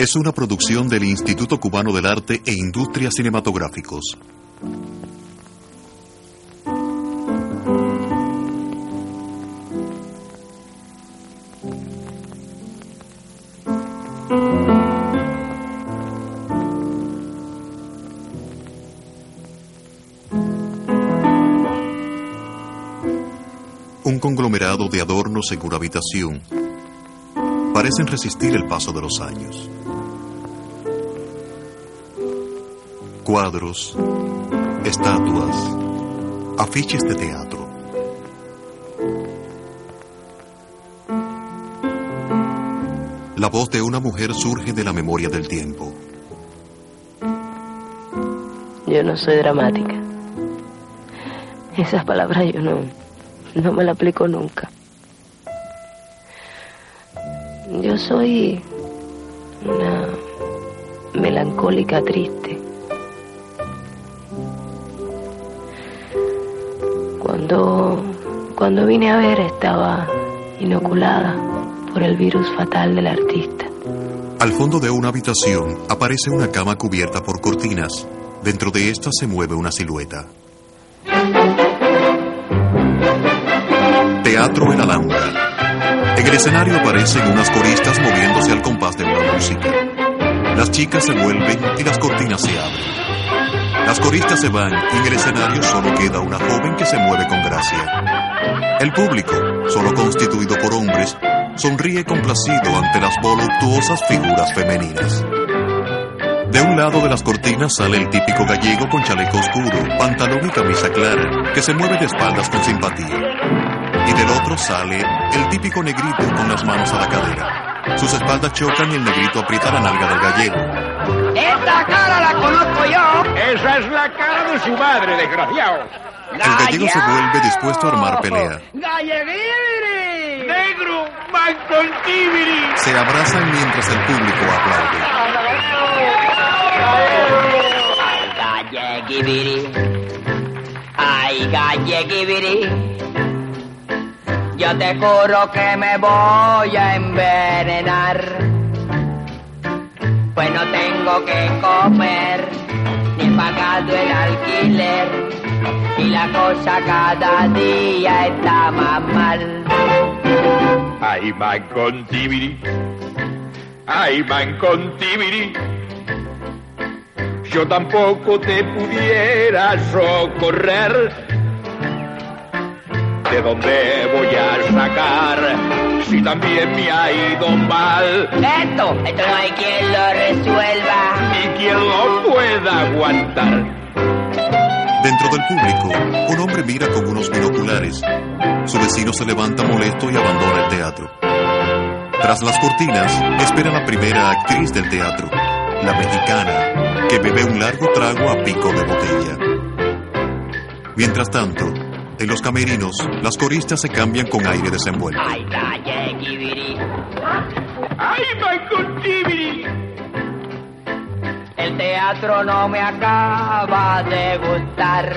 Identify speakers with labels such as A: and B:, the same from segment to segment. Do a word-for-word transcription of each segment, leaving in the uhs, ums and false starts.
A: es una producción del Instituto Cubano del Arte e Industrias Cinematográficos. Un conglomerado de adornos en una habitación parecen resistir el paso de los años. Cuadros, estatuas, afiches de teatro. La voz de una mujer surge de la memoria del tiempo.
B: Yo no soy dramática. Esas palabras yo no, no me las aplico nunca. Yo soy una melancólica triste. Cuando, cuando vine a ver estaba inoculada por el virus fatal del artista.
A: Al fondo de una habitación aparece una cama cubierta por cortinas. Dentro de esta se mueve una silueta. Teatro en Alhambra. En el escenario aparecen unas coristas moviéndose al compás de una música. Las chicas se vuelven y las cortinas se abren. Las coristas se van y en el escenario solo queda una joven que se mueve con gracia. El público, solo constituido por hombres, sonríe complacido ante las voluptuosas figuras femeninas. De un lado de las cortinas sale el típico gallego con chaleco oscuro, pantalón y camisa clara, que se mueve de espaldas con simpatía. Y del otro sale el típico negrito con las manos a la cadera. Sus espaldas chocan y el negrito aprieta la nalga del gallego.
C: ¡Esta cara la conozco yo! ¡Esa es la cara de su madre, desgraciado!
A: El gallego se vuelve dispuesto a armar pelea.
C: ¡Galleguibiri! ¡Negro! ¡Mancontibiri!
A: Se abrazan mientras el público aplaude.
D: ¡Galleguibiri! ¡Ay, galleguibiri! Yo te juro que me voy a envenenar, pues no tengo que comer, ni he pagado el alquiler, y la cosa cada día está más mal.
C: ¡Ay, Mancontibiri! ¡Ay, Mancontibiri! Yo tampoco te pudiera socorrer. ¿De dónde voy a sacar si también me ha ido mal?
D: Esto, esto no hay quien lo resuelva,
C: ni quien lo pueda aguantar.
A: Dentro del público, un hombre mira con unos binoculares. Su vecino se levanta molesto y abandona el teatro. Tras las cortinas, espera la primera actriz del teatro, la mexicana, que bebe un largo trago a pico de botella. Mientras tanto, en los camerinos, las coristas se cambian con aire desenvuelto.
D: ¡Ay, galleguibiri!
C: ¡Ay, Mancontibiri!
D: El teatro no me acaba de gustar,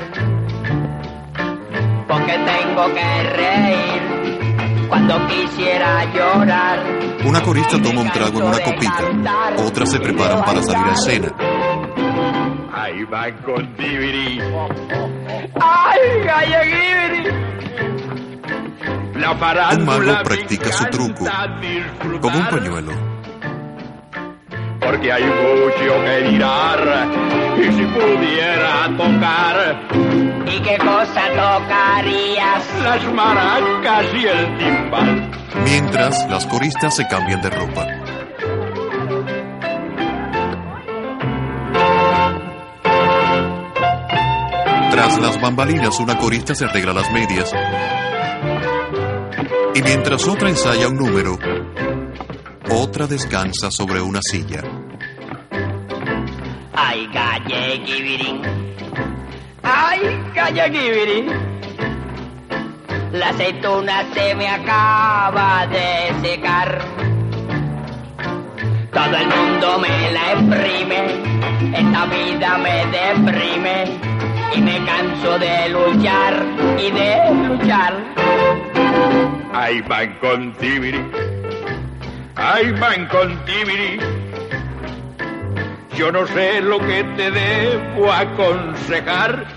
D: porque tengo que reír cuando quisiera llorar.
A: Una corista toma un trago en una copita, otras se preparan para salir a escena.
C: ¡Ay, Mancontibiri!
D: ¡Ay, galleguibiri!
A: Un mago practica su truco con un pañuelo.
C: Porque hay mucho que mirar, y si pudiera tocar,
D: ¿y qué cosa tocarías?
C: Las maracas y el timbal.
A: Mientras, las coristas se cambian de ropa. Tras las bambalinas, una corista se arregla las medias. Y mientras otra ensaya un número, otra descansa sobre una silla.
D: ¡Ay, galleguibiri! ¡Ay, galleguibiri! La aceituna se me acaba de secar. Todo el mundo me la exprime, esta vida me deprime, y me canso de luchar y de luchar.
C: ¡Ay, Mancontibiri! ¡Ay, Mancontibiri! yo no sé lo que te debo aconsejar.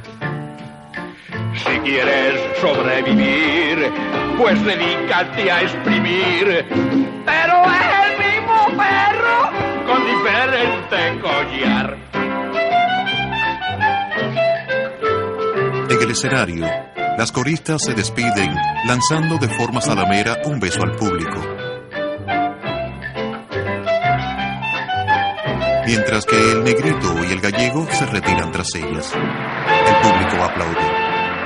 C: Si quieres sobrevivir, pues dedícate a exprimir. Pero es el mismo perro con diferente collar.
A: En el escenario, las coristas se despiden lanzando de forma salamera un beso al público. Mientras que el negrito y el gallego se retiran tras ellas. El público aplaude.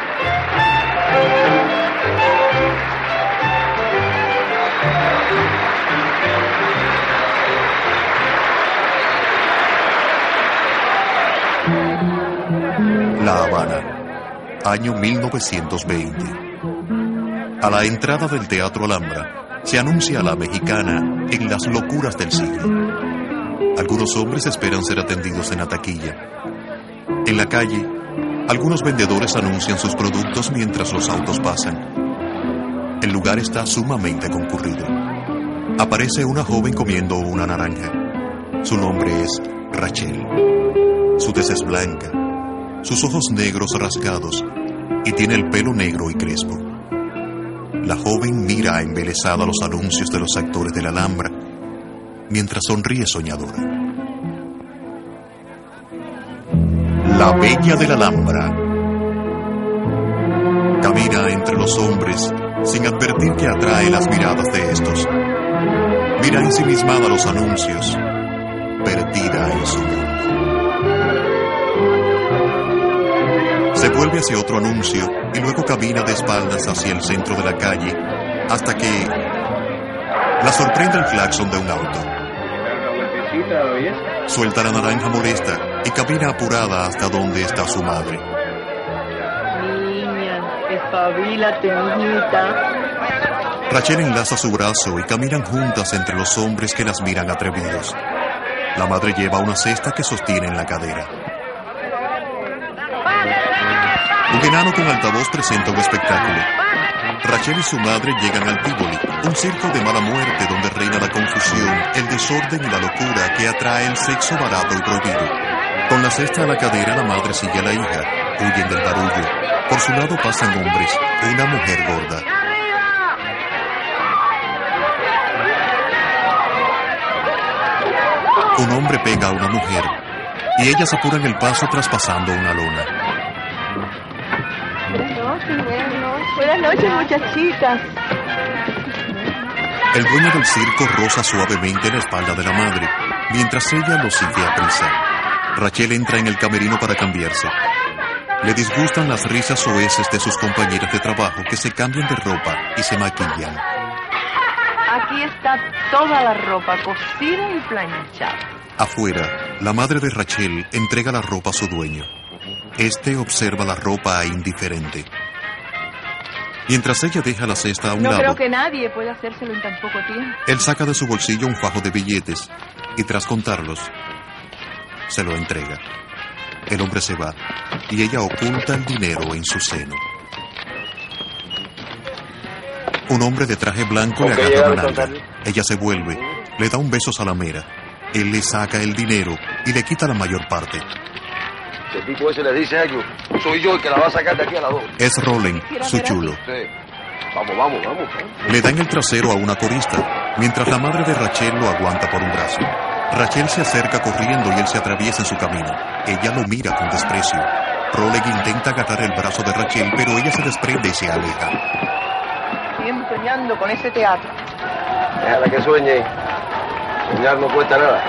A: La Habana, año mil novecientos veinte. A la entrada del Teatro Alhambra se anuncia a la mexicana en las locuras del siglo. Algunos hombres esperan ser atendidos en la taquilla. En la calle, algunos vendedores anuncian sus productos mientras los autos pasan. El lugar está sumamente concurrido. Aparece una joven comiendo una naranja. Su nombre es Rachel. Su tez es blanca, sus ojos negros rasgados y tiene el pelo negro y crespo. La joven mira embelesada los anuncios de los actores de la Alhambra mientras sonríe soñadora. La Bella de la Alhambra camina entre los hombres sin advertir que atrae las miradas de estos. Mira ensimismada los anuncios, perdida en su mundo. Se vuelve hacia otro anuncio y luego camina de espaldas hacia el centro de la calle hasta que la sorprende el claxon de un auto. Suelta la naranja molesta y camina apurada hasta donde está su madre.
E: Niña, espabilate, mijita.
A: Rachel enlaza su brazo y caminan juntas entre los hombres que las miran atrevidos. La madre lleva una cesta que sostiene en la cadera. Un enano con altavoz presenta un espectáculo. Rachel y su madre llegan al Tívoli, un circo de mala muerte donde reina la confusión, el desorden y la locura que atrae el sexo barato y prohibido. Con la cesta a la cadera, la madre sigue a la hija. Huyen del barullo. Por su lado pasan hombres, una mujer gorda. Un hombre pega a una mujer y ellas apuran el paso traspasando una lona.
E: Buenas noches, muchachitas.
A: El dueño del circo roza suavemente la espalda de la madre, mientras ella lo sigue a prisa. Rachel entra en el camerino para cambiarse. Le disgustan las risas soeces de sus compañeras de trabajo que se cambian de ropa y se maquillan.
E: Aquí está toda la ropa cosida y planchada.
A: Afuera, la madre de Rachel entrega la ropa a su dueño. Este observa la ropa indiferente. Mientras ella deja la cesta a un
E: no
A: lado,
E: creo que nadie pueda hacérselo en tan poco tiempo.
A: Él saca de su bolsillo un fajo de billetes y tras contarlos, se lo entrega. El hombre se va y ella oculta el dinero en su seno. Un hombre de traje blanco le agarra una nalga. Ella se vuelve, le da un beso salamera. Él le saca el dinero y le quita la mayor parte.
F: Si el tipo ese le dice algo, soy yo el que la va a sacar de aquí a la dos.
A: Es Roland, su chulo.
F: Sí. Vamos, vamos, vamos.
A: Le dan el trasero a una corista, mientras la madre de Rachel lo aguanta por un brazo. Rachel se acerca corriendo y él se atraviesa en su camino. Ella lo mira con desprecio. Roland intenta agarrar el brazo de Rachel, pero ella se desprende y se aleja.
E: Siguen soñando con ese teatro.
F: Déjala que sueñe. Soñar no cuesta nada.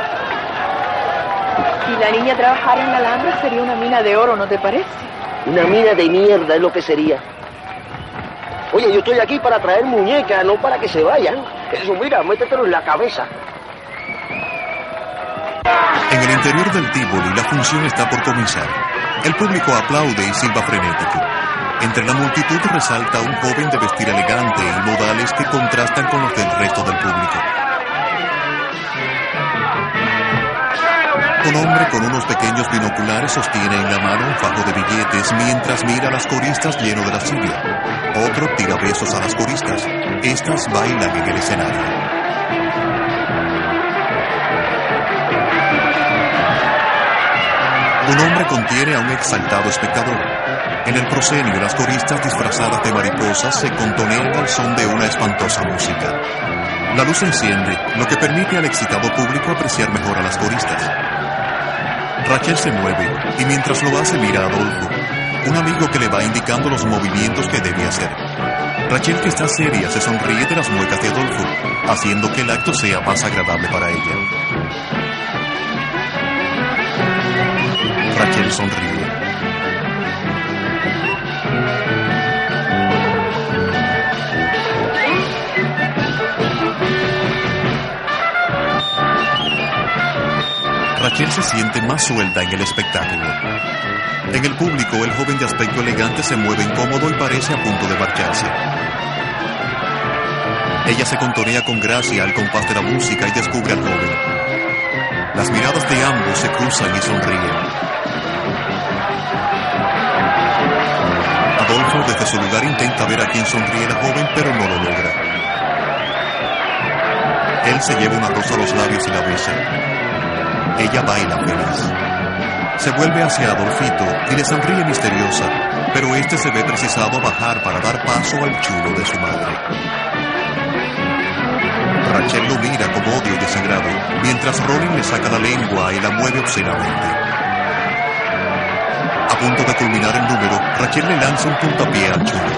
E: Si la niña trabajara en la Alhambra sería una mina de oro, ¿no te parece?
F: Una mina de mierda es lo que sería. Oye, yo estoy aquí para traer muñecas, no para que se vayan. Eso, mira, métetelo en la cabeza.
A: En el interior del Tívoli, la función está por comenzar. El público aplaude y silba frenético. Entre la multitud resalta un joven de vestir elegante y modales que contrastan con los del resto del público. Un hombre con unos pequeños binoculares sostiene en la mano un fajo de billetes mientras mira a las coristas lleno de lascivia. Otro tira besos a las coristas. Estas bailan en el escenario. Un hombre contiene a un exaltado espectador. En el proscenio, las coristas disfrazadas de mariposas se contonean al son de una espantosa música. La luz se enciende, lo que permite al excitado público apreciar mejor a las coristas. Rachel se mueve y mientras lo hace mira a Adolfo, un amigo que le va indicando los movimientos que debe hacer. Rachel, que está seria, se sonríe de las muecas de Adolfo, haciendo que el acto sea más agradable para ella. Rachel sonríe. Rachel se siente más suelta en el espectáculo. En el público, el joven de aspecto elegante se mueve incómodo y parece a punto de marcharse. Ella se contonea con gracia al compás de la música y descubre al joven. Las miradas de ambos se cruzan y sonríen. Adolfo desde su lugar intenta ver a quien sonríe la joven, pero no lo logra. Él se lleva una rosa a los labios y la besa. Ella baila feliz. Se vuelve hacia Adolfito y le sonríe misteriosa, pero este se ve precisado a bajar para dar paso al chulo de su madre. Rachel lo mira con odio y desagrado, mientras Rollin le saca la lengua y la mueve obscenamente. A punto de culminar el número, Rachel le lanza un puntapié al chulo.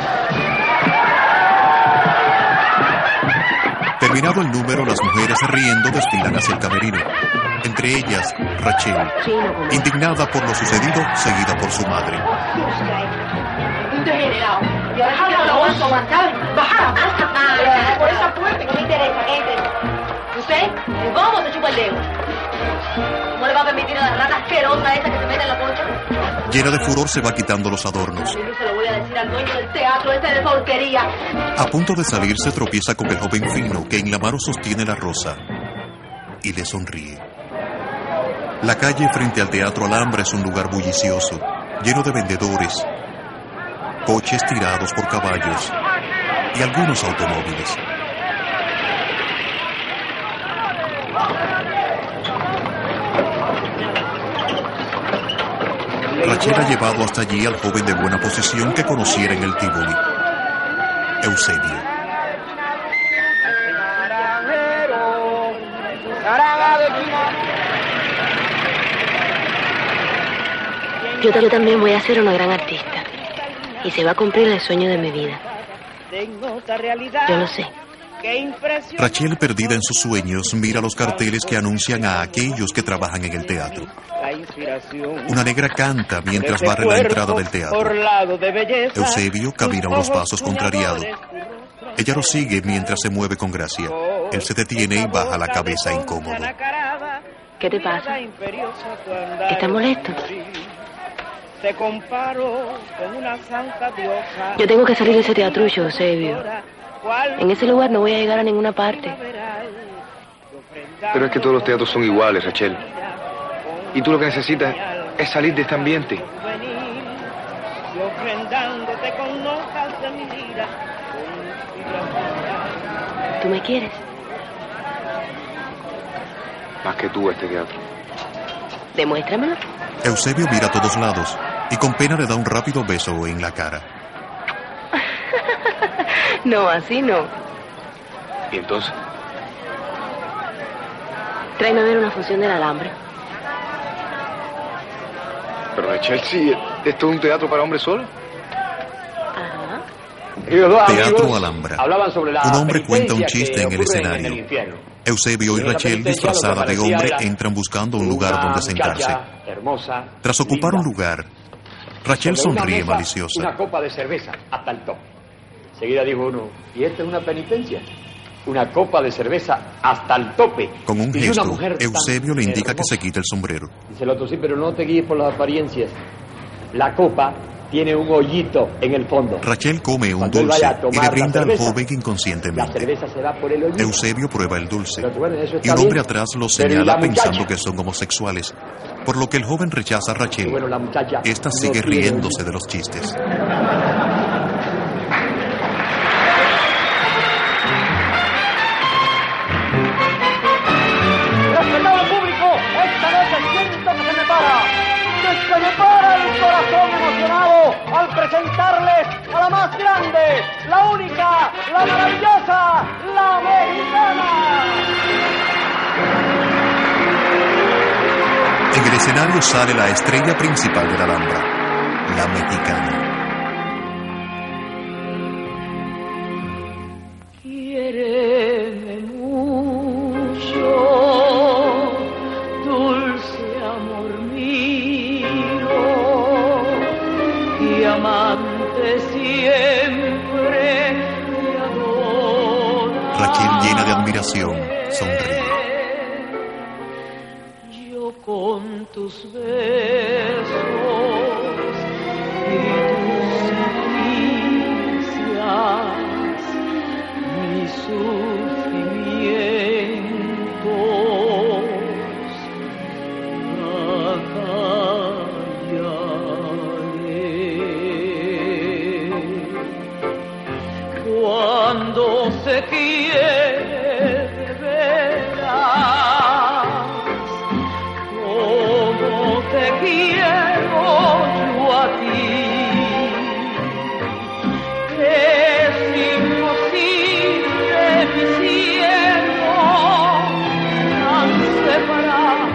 A: Terminado el número, las mujeres riendo desfilan hacia el camerino. Entre ellas, Rachel, indignada por lo sucedido, seguida por su madre.
G: Un degenerado. Y ahora yo no lo aguanto más, ¿sabes? Bajar, bajar. Por esa puerta que no me interesa, que entre. ¿Usted? ¿Cómo se chupa el dedo? ¿Cómo le va a permitir a la rata asquerosa esa que se mete en la concha?
A: Llena de furor se va quitando los adornos.
G: Yo se lo voy a decir al dueño del teatro este de porquería.
A: A punto de salir se tropieza con el joven fino que en la mano sostiene la rosa y le sonríe. La calle frente al Teatro Alhambra es un lugar bullicioso, lleno de vendedores, coches tirados por caballos y algunos automóviles. Rachel ha llevado hasta allí al joven de buena posición que conociera en el Tívoli, Eusebio.
B: Yo, yo también voy a ser una gran artista. Y se va a cumplir el sueño de mi vida. Yo lo sé.
A: Rachel, perdida en sus sueños, mira los carteles que anuncian a aquellos que trabajan en el teatro. Una negra canta mientras barre la entrada del teatro. Eusebio camina unos pasos contrariado. Ella lo sigue mientras se mueve con gracia. Él se detiene y baja la cabeza incómodo.
B: ¿Qué te pasa? ¿Estás molesto? Yo tengo que salir de ese teatrullo, Eusebio. En ese lugar no voy a llegar a ninguna parte.
H: Pero es que todos los teatros son iguales, Rachel. Y tú lo que necesitas es salir de este ambiente.
B: ¿Tú me quieres?
H: Más que tú este teatro.
B: Demuéstramelo.
A: Eusebio mira a todos lados y con pena le da un rápido beso en la cara.
B: No, así no.
H: ¿Y entonces?
B: Tráeme a ver una función del Alhambra.
H: Pero Rachel, sí, ¿esto es un teatro para hombres solos?
B: Ajá.
A: Teatro Alhambra. Un hombre cuenta un chiste en el escenario. Eusebio y Rachel, disfrazada de hombre, entran buscando un lugar donde sentarse. Tras ocupar un lugar, Rachel sonríe maliciosa.
C: Una copa de cerveza hasta el top. Enseguida dijo uno, ¿y esta es una penitencia? Una copa de cerveza hasta el tope.
A: Con un
C: Y
A: gesto,
C: una mujer tan
A: Eusebio le indica que
C: hermosa.
A: se quite el sombrero.
C: Dice el otro, sí, pero no te guíes por las apariencias. La copa tiene un hoyito en el fondo.
A: Rachel come un
C: Cuando él
A: dulce
C: vaya a
A: y
C: tomar
A: le
C: la
A: brinda al
C: cerveza,
A: joven
C: La
A: inconscientemente.
C: cerveza se va por el hoyito.
A: Eusebio prueba el dulce
C: Pero bueno, eso
A: y
C: está
A: un hombre
C: bien.
A: atrás lo
C: Pero ¿y
A: señala
C: la muchacha?
A: pensando que son homosexuales, por lo que el joven rechaza a
C: Y
A: Rachel.
C: bueno, la muchacha
A: Esta
C: no
A: sigue
C: tiene
A: riéndose
C: hoyito.
A: de los chistes.
I: Respetado público, esta noche siento que se me para. Se me para el corazón emocionado al presentarles a la más grande, la única, la maravillosa, la mexicana.
A: En el escenario sale la estrella principal de la Alhambra, la mexicana.
B: Quiéreme mucho, dulce amor mío, y amante siempre me adora.
A: Rachel, llena de admiración, sonríe.
B: Yo con tus besos y tus caricias, mis sufrimientos acallaré. Cuando se quiere de veras, como te quiero yo a ti, es imposible mi cielo tan separados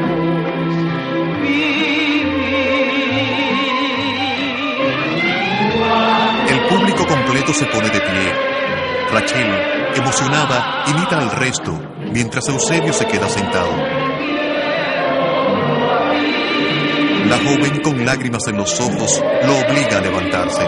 B: vivir.
A: El público completo se pone de pie. Rachel, emocionada, imita al resto, mientras Eusebio se queda sentado. La joven, con lágrimas en los ojos, lo obliga a levantarse.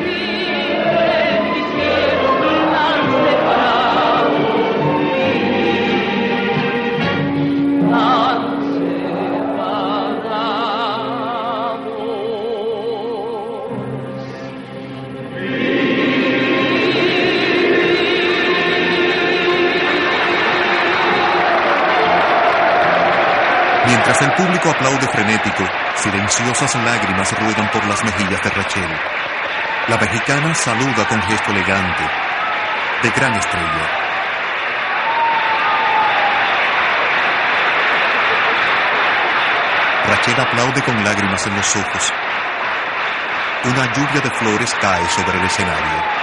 A: Mientras el público aplaude frenético, silenciosas lágrimas ruedan por las mejillas de Rachel. La mexicana saluda con gesto elegante, de gran estrella. Rachel aplaude con lágrimas en los ojos. Una lluvia de flores cae sobre el escenario.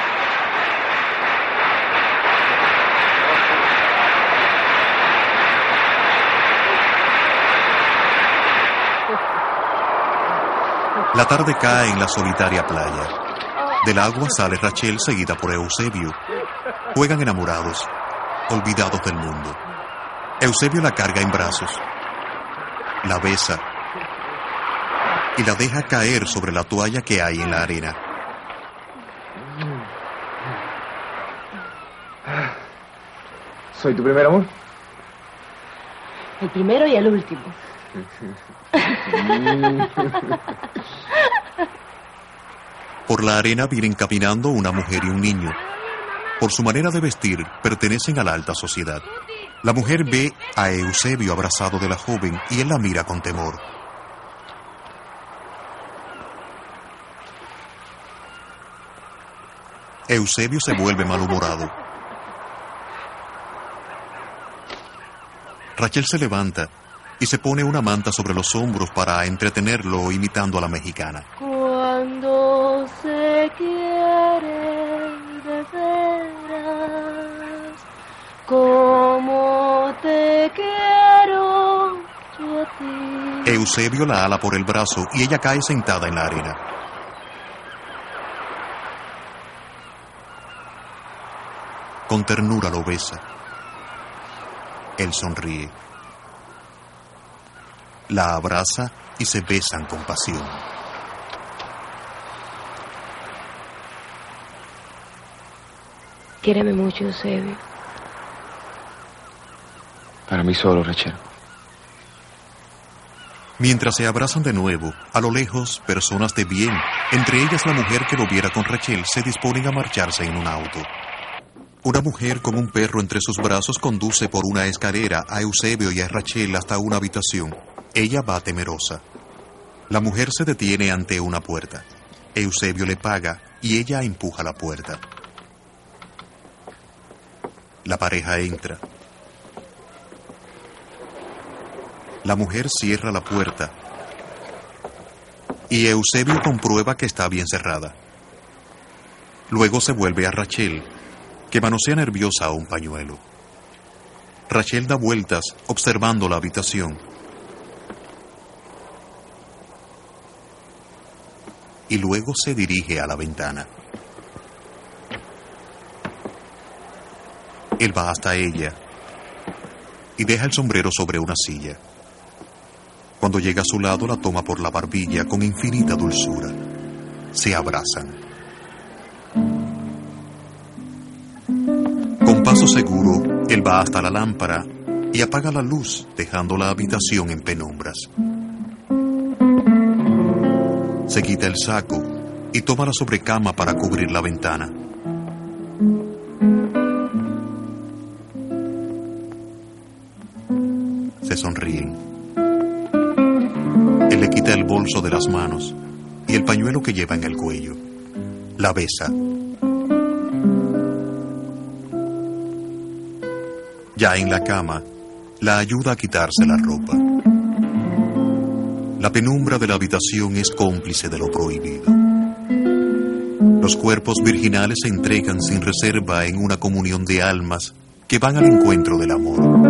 A: La tarde cae en la solitaria playa. Del agua sale Rachel seguida por Eusebio. Juegan enamorados, olvidados del mundo. Eusebio la carga en brazos, la besa y la deja caer sobre la toalla que hay en la arena.
H: ¿Soy tu primer amor?
B: El primero y el último.
A: Por la arena vienen caminando una mujer y un niño. Por su manera de vestir, pertenecen a la alta sociedad. La mujer ve a Eusebio abrazado de la joven y él la mira con temor. Eusebio se vuelve malhumorado. Rachel se levanta y se pone una manta sobre los hombros para entretenerlo imitando a la mexicana.
B: Cuando se quiere de veras, como te quiero yo a ti.
A: Eusebio la ala por el brazo y ella cae sentada en la arena. Con ternura lo besa. Él sonríe. La abraza y se besan con pasión.
B: Quiéreme mucho, Eusebio.
H: Para mí solo, Rachel.
A: Mientras se abrazan de nuevo, a lo lejos, personas de bien, entre ellas la mujer que lo viera con Rachel, se disponen a marcharse en un auto. Una mujer con un perro entre sus brazos conduce por una escalera a Eusebio y a Rachel hasta una habitación. Ella va temerosa. La mujer se detiene ante una puerta. Eusebio le paga y ella empuja la puerta. La pareja entra. La mujer cierra la puerta y Eusebio comprueba que está bien cerrada. Luego se vuelve a Rachel, que manosea nerviosa un pañuelo. Rachel da vueltas observando la habitación. Y luego se dirige a la ventana. Él va hasta ella y deja el sombrero sobre una silla. Cuando llega a su lado, la toma por la barbilla con infinita dulzura. Se abrazan. Con paso seguro, él va hasta la lámpara y apaga la luz, dejando la habitación en penumbras. Se quita el saco y toma la sobrecama para cubrir la ventana. Se sonríen. Él le quita el bolso de las manos y el pañuelo que lleva en el cuello. La besa. Ya en la cama, la ayuda a quitarse la ropa. La penumbra de la habitación es cómplice de lo prohibido. Los cuerpos virginales se entregan sin reserva en una comunión de almas que van al encuentro del amor.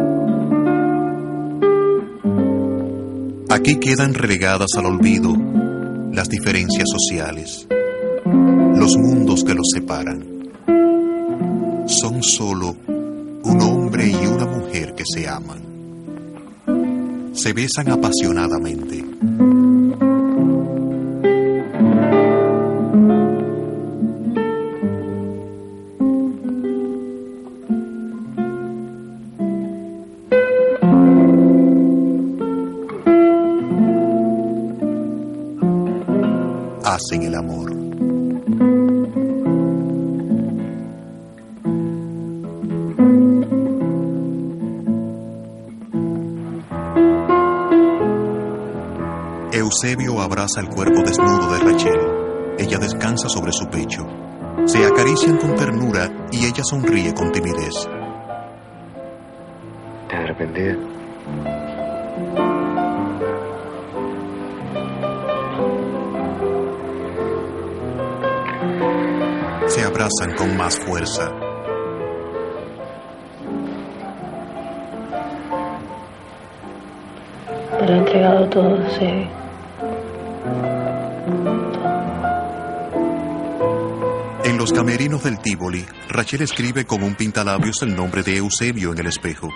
A: Aquí quedan relegadas al olvido las diferencias sociales, los mundos que los separan. Son solo un hombre y una mujer que se aman. Se besan apasionadamente. Hacen el amor. Eusebio abraza el cuerpo desnudo de Rachel. Ella descansa sobre su pecho. Se acarician con ternura y ella sonríe con timidez.
H: ¿Estás arrepentida?
A: Se abrazan con más fuerza.
B: Te lo he entregado todo, sí.
A: En los camerinos del Tívoli, Rachel escribe con un pintalabios el nombre de Eusebio en el espejo.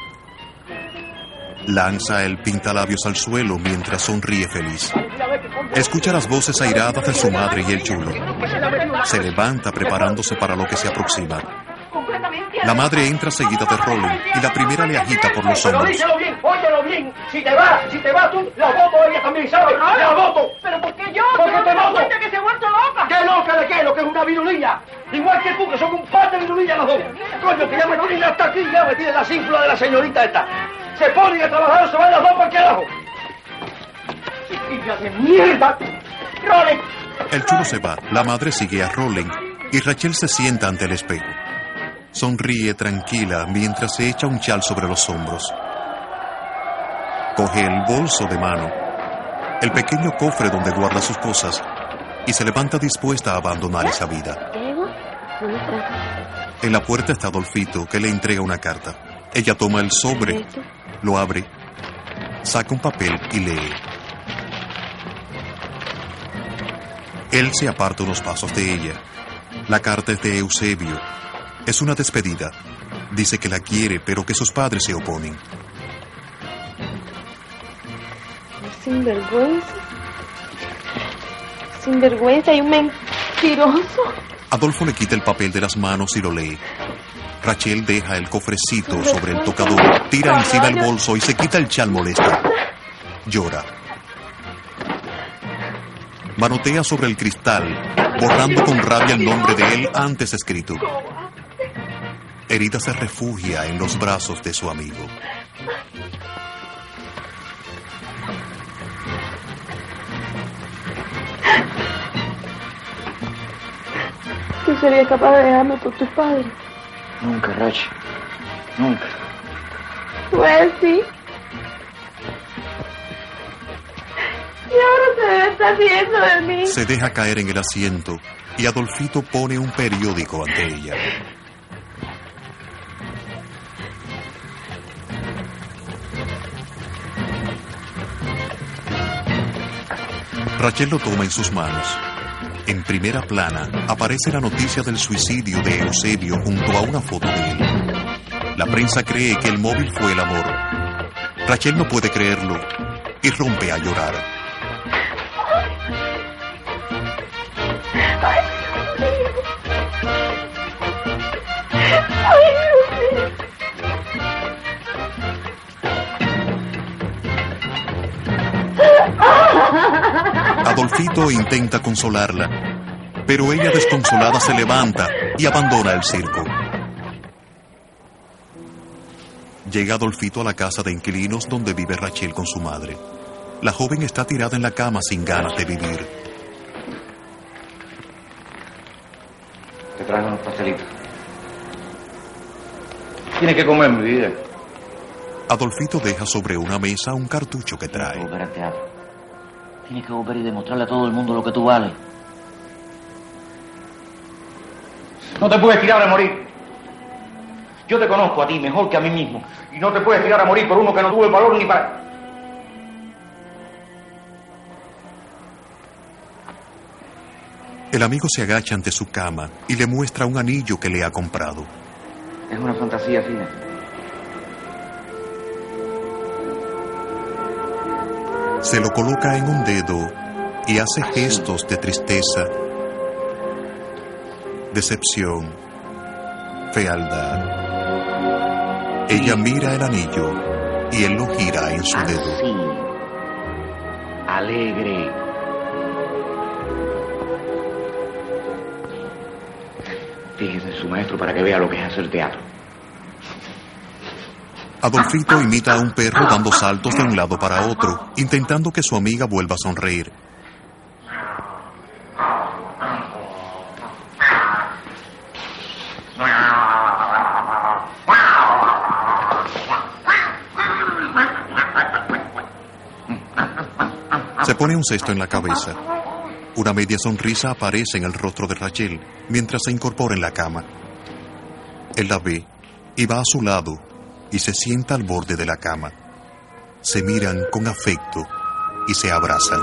A: Lanza el pintalabios al suelo mientras sonríe feliz. Escucha las voces airadas de su madre y el chulo. Se levanta preparándose para lo que se aproxima. La madre entra seguida de Roland y la primera le agita por los hombros.
F: Pero díselo bien, óyelo bien. Si te vas, si te vas tú, la voto a ella también, ¿sabes? La voto.
G: ¿Pero por qué yo?
F: ¿Por qué te voto?
G: Cuenta que se ha vuelto loca.
F: ¿Qué loca de qué? Lo que es una virulilla. Igual que tú, que son un par de virulillas las dos. Coño, que ya me tienen hasta aquí, ya me tienen la cínfula de la señorita esta. Se ponen a trabajar, se van las dos para el carajo. ¡Chiquilla de mierda! ¡Roland!
A: El chulo se va, la madre sigue a Roland y Rachel se sienta ante el espejo. Sonríe tranquila mientras se echa un chal sobre los hombros. Coge el bolso de mano, el pequeño cofre donde guarda sus cosas, y se levanta dispuesta a abandonar esa vida. En la puerta está Adolfito, que le entrega una carta. Ella toma el sobre, lo abre, saca un papel y lee. Él se aparta unos pasos de ella. La carta es de Eusebio. Es una despedida. Dice que la quiere, pero que sus padres se oponen.
B: Sinvergüenza. Sinvergüenza y un mentiroso.
A: Adolfo le quita el papel de las manos y lo lee. Rachel deja el cofrecito sobre el tocador, tira encima el bolso y se quita el chal molesta. Llora. Manotea sobre el cristal, borrando con rabia el nombre de él antes escrito. Herida se refugia en los brazos de su amigo.
B: ¿Tú serías capaz de dejarme por tus padres?
H: Nunca, Rach. Nunca.
B: Pues sí.
G: Y ahora se está haciendo de mí.
A: Se deja caer en el asiento y Adolfito pone un periódico ante ella. Rachel lo toma en sus manos. En primera plana aparece la noticia del suicidio de Eusebio junto a una foto de él. La prensa cree que el móvil fue el amor. Rachel no puede creerlo y rompe a llorar. Adolfito intenta consolarla, pero ella desconsolada se levanta y abandona el circo. Llega Adolfito a la casa de inquilinos donde vive Rachel con su madre. La joven está tirada en la cama sin ganas de vivir.
H: Te traigo unos pastelitos. Tienes que comer, mi vida.
A: Adolfito deja sobre una mesa un cartucho que trae.
J: Tienes que volver al teatro. Tienes que volver y demostrarle a todo el mundo lo que tú vales.
H: No te puedes tirar a morir. Yo te conozco a ti mejor que a mí mismo. Y no te puedes tirar a morir por uno que no tuvo el valor ni para...
A: El amigo se agacha ante su cama y le muestra un anillo que le ha comprado.
H: Es una fantasía fina.
A: Se lo coloca en un dedo y hace gestos de tristeza, decepción, fealdad. Ella mira el anillo y él lo gira en su dedo.
J: Así. Alegre.
H: Fíjese en su maestro para que vea lo que es hacer teatro.
A: Adolfito imita a un perro dando saltos de un lado para otro, intentando que su amiga vuelva a sonreír. Se pone un cesto en la cabeza. Una media sonrisa aparece en el rostro de Rachel mientras se incorpora en la cama. Él la ve y va a su lado y se sienta al borde de la cama. Se miran con afecto y se abrazan.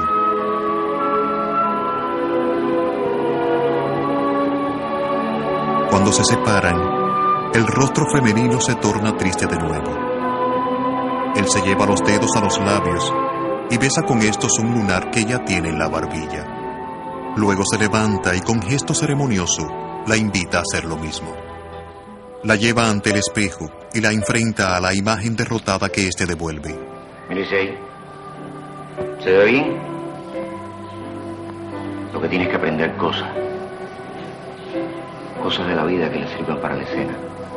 A: Cuando se separan, el rostro femenino se torna triste de nuevo. Él se lleva los dedos a los labios y besa con estos un lunar que ella tiene en la barbilla. Luego se levanta y con gesto ceremonioso la invita a hacer lo mismo. La lleva ante el espejo y la enfrenta a la imagen derrotada que éste devuelve.
H: Melisey, ¿se ve bien? Lo que tienes que aprender cosas. Cosas de la vida que le sirven para la escena.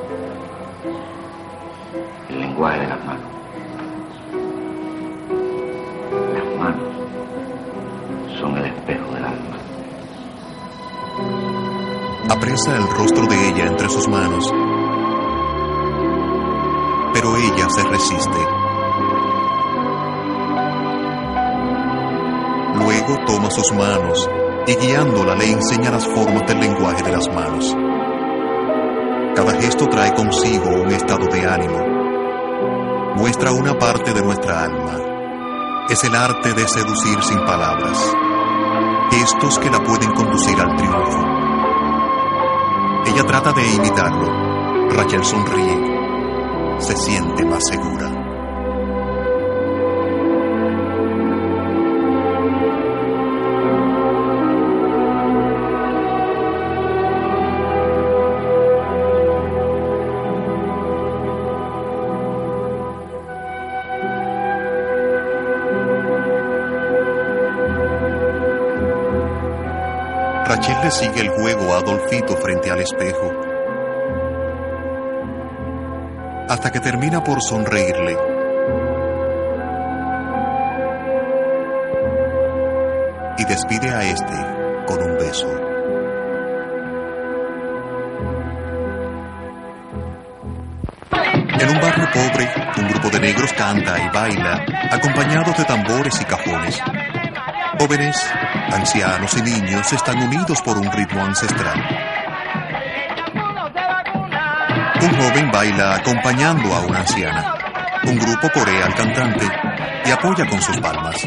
H: El lenguaje de las manos. Las manos son el espejo del alma.
A: Apresa el rostro de ella entre sus manos, pero ella se resiste. Luego toma sus manos y guiándola le enseña las formas del lenguaje de las manos. Cada gesto trae consigo un estado de ánimo. Muestra una parte de nuestra alma. Es el arte de seducir sin palabras. Gestos que la pueden conducir al triunfo. Ella trata de imitarlo. Rachel sonríe. Se siente más segura. Rachel le sigue el juego a Adolfito frente al espejo, hasta que termina por sonreírle. Y despide a este con un beso. En un barrio pobre, un grupo de negros canta y baila, acompañados de tambores y cajones. Jóvenes, ancianos y niños están unidos por un ritmo ancestral. Un joven baila acompañando a una anciana. Un grupo corea al cantante y apoya con sus palmas.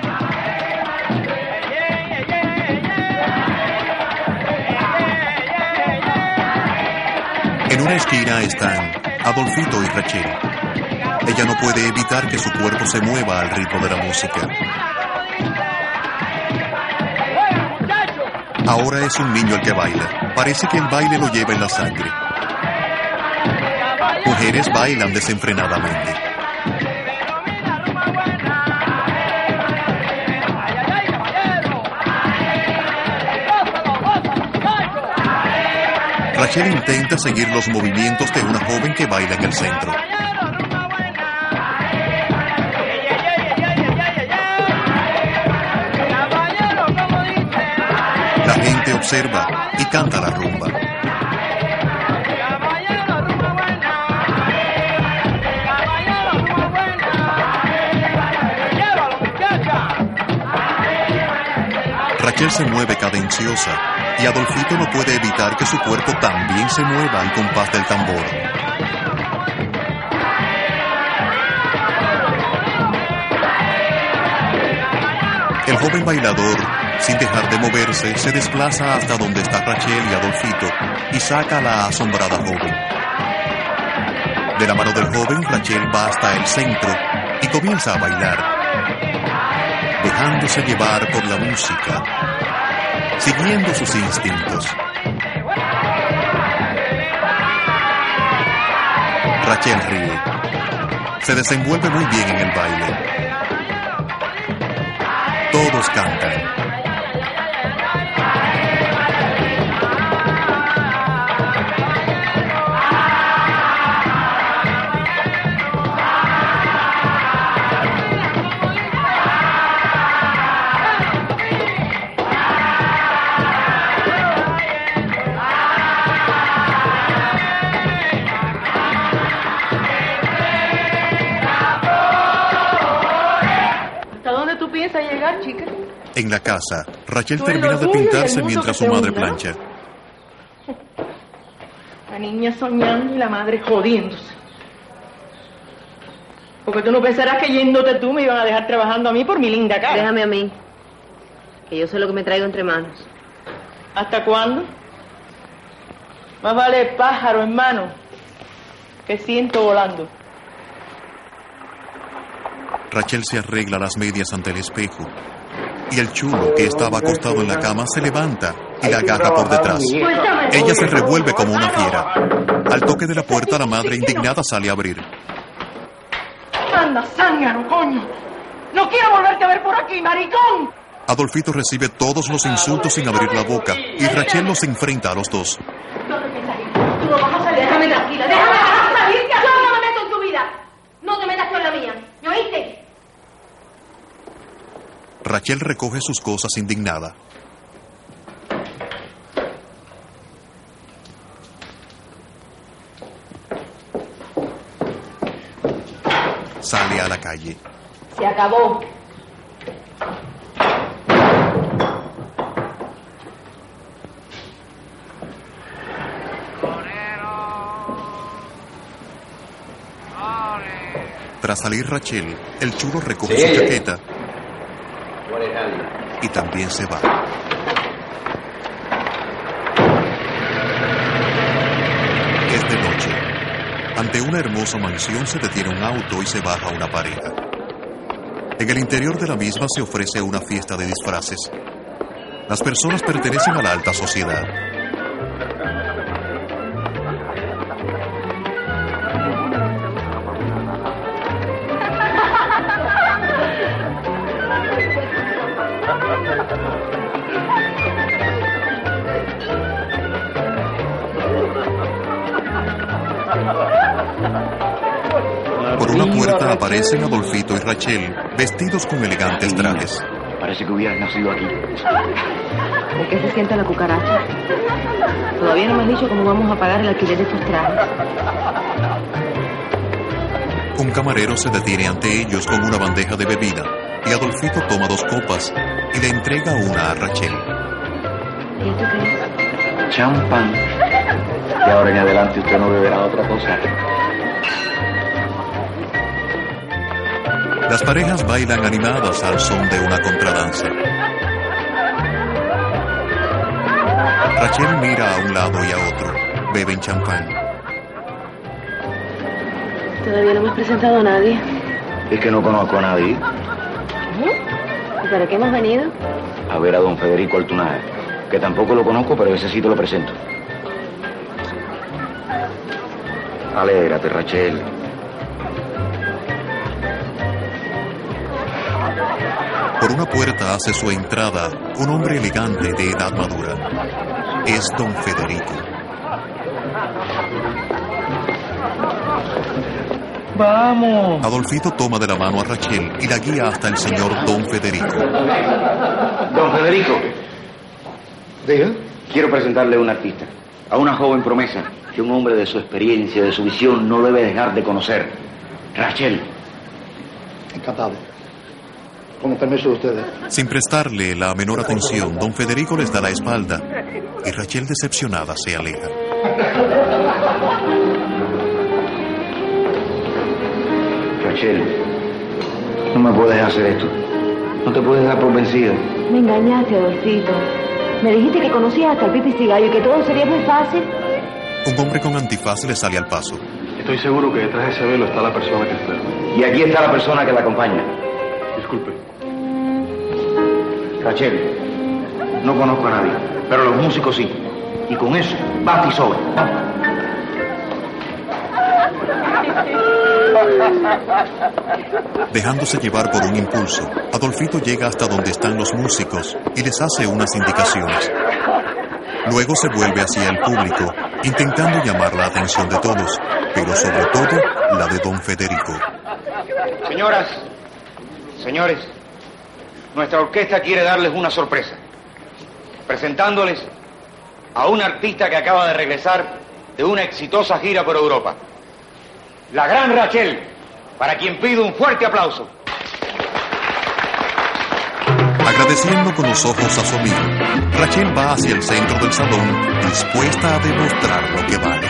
A: En una esquina están Adolfito y Rachel. Ella no puede evitar que su cuerpo se mueva al ritmo de la música. Ahora es un niño el que baila. Parece que el baile lo lleva en la sangre. Mujeres bailan desenfrenadamente. Rachel intenta seguir los movimientos de una joven que baila en el centro. La gente observa y canta la rumba. Rachel se mueve cadenciosa y Adolfito no puede evitar que su cuerpo también se mueva al compás del tambor. El joven bailador, sin dejar de moverse, se desplaza hasta donde está Rachel y Adolfito y saca a la asombrada joven. De la mano del joven, Rachel va hasta el centro y comienza a bailar, dejándose llevar por la música, siguiendo sus instintos. Rachel ríe. Se desenvuelve muy bien en el baile. Todos cantan.
E: Llegar, chica.
A: En la casa, Rachel termina de pintarse mientras su madre plancha.
E: La niña soñando y la madre jodiéndose. Porque tú no pensarás que yéndote tú me iban a dejar trabajando a mí por mi linda cara.
B: Déjame a mí, que yo sé lo que me traigo entre manos.
E: ¿Hasta cuándo? Más vale pájaro en mano que ciento volando.
A: Rachel se arregla las medias ante el espejo y el chulo, que estaba acostado en la cama, se levanta y la agarra por detrás. Ella se revuelve como una fiera. Al toque de la puerta, la madre indignada sale a abrir.
E: ¡Anda, zángano, coño! ¡No quiero volverte a ver por aquí, maricón!
A: Adolfito recibe todos los insultos sin abrir la boca y Rachel los enfrenta a los dos.
G: No te piensas ir. Tú no vas a salir. Déjame tranquila. Déjame salir. Yo no me meto en tu vida. No te metas con la mía. ¿Me oíste?
A: Rachel recoge sus cosas indignada. Sale a la calle.
G: Se acabó.
A: Tras salir Rachel, el chulo recoge sí. su chaqueta y también se va. Es de noche. Ante una hermosa mansión se detiene un auto y se baja una pareja. En el interior de la misma se ofrece una fiesta de disfraces. Las personas pertenecen a la alta sociedad. Por una puerta aparecen Adolfito y Rachel, vestidos con elegantes trajes.
J: Parece que hubieras nacido aquí.
B: ¿De qué se sienta la cucaracha? Todavía no me has dicho cómo vamos a pagar el alquiler de estos trajes.
A: Un camarero se detiene ante ellos con una bandeja de bebida y Adolfito toma dos copas y le entrega una a Rachel.
B: ¿Y esto qué es?
J: Champán. Y ahora en adelante usted no beberá otra cosa.
A: Las parejas bailan animadas al son de una contradanza. Rachel mira a un lado y a otro. Beben champán.
B: Todavía no hemos presentado a nadie.
J: Es que no conozco a nadie.
B: ¿Y para qué hemos venido?
J: A ver a don Federico Altunaje, que tampoco lo conozco, pero ese sí te lo presento. Alégrate, Rachel.
A: Por una puerta hace su entrada un hombre elegante de edad madura. Es don Federico.
H: Vamos.
A: Adolfito toma de la mano a Rachel y la guía hasta el señor don Federico.
J: Don Federico. ¿Diga? Quiero presentarle a un artista, a una joven promesa que un hombre de su experiencia, de su visión, no debe dejar de conocer. Rachel.
F: Encantado. Con permiso de ustedes.
A: Sin prestarle la menor atención, don Federico les da la espalda y Rachel, decepcionada, se aleja.
J: Rachel, no me puedes hacer esto. No te puedes dar por vencido.
B: Me engañaste, Adolfito. Me dijiste que conocías hasta el Pipi Cigallo y que todo sería muy fácil.
A: Un hombre con antifaz le sale al paso.
K: Estoy seguro que detrás de ese velo está la persona que espero.
J: Y aquí está la persona que la acompaña.
K: Disculpe.
J: Rachel, no conozco a nadie, pero los músicos sí. Y con eso, basta y sobra.
A: Dejándose llevar por un impulso, Adolfito llega hasta donde están los músicos y les hace unas indicaciones. Luego se vuelve hacia el público, intentando llamar la atención de todos, pero sobre todo la de don Federico.
J: Señoras, señores, nuestra orquesta quiere darles una sorpresa, presentándoles a un artista que acaba de regresar de una exitosa gira por Europa. La gran Rachel, para quien pido un fuerte aplauso.
A: Agradeciendo con los ojos a su amigo, Rachel va hacia el centro del salón, dispuesta a demostrar lo que vale.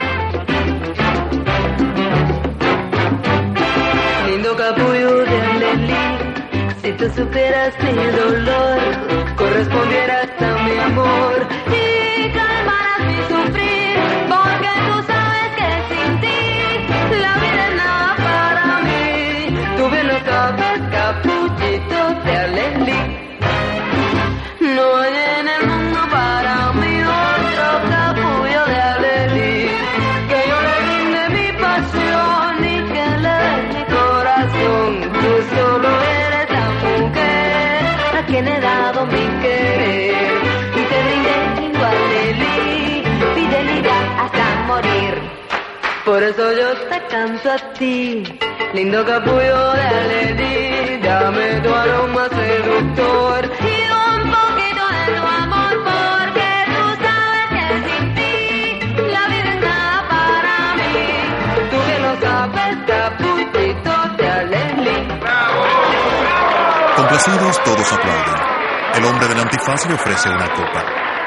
L: Lindo capullo de Alelí, si tú supieras mi dolor, correspondieras a mi amor y calmaras mi sufrir, porque tú sabes que sin ti la vida es nada para mí. Tú bien lo sabes, capuchito de Alelí. No hay en el mundo para mí otro capullo de Alelí, que yo le brinde mi pasión y que le dé mi corazón. Tú solo eres la mujer a quien he dado mi querer y te brindé igual Alelí, fidelidad hasta morir. Por eso yo te canto a ti, lindo capullo de Alelí, dame tu aroma seductor y un poquito de tu amor, porque tú sabes que sin ti la vida es nada para mí. Tú que lo sabes, capuchito de Alelí.
A: Complacidos, todos aplauden. El hombre del antifaz le ofrece una copa.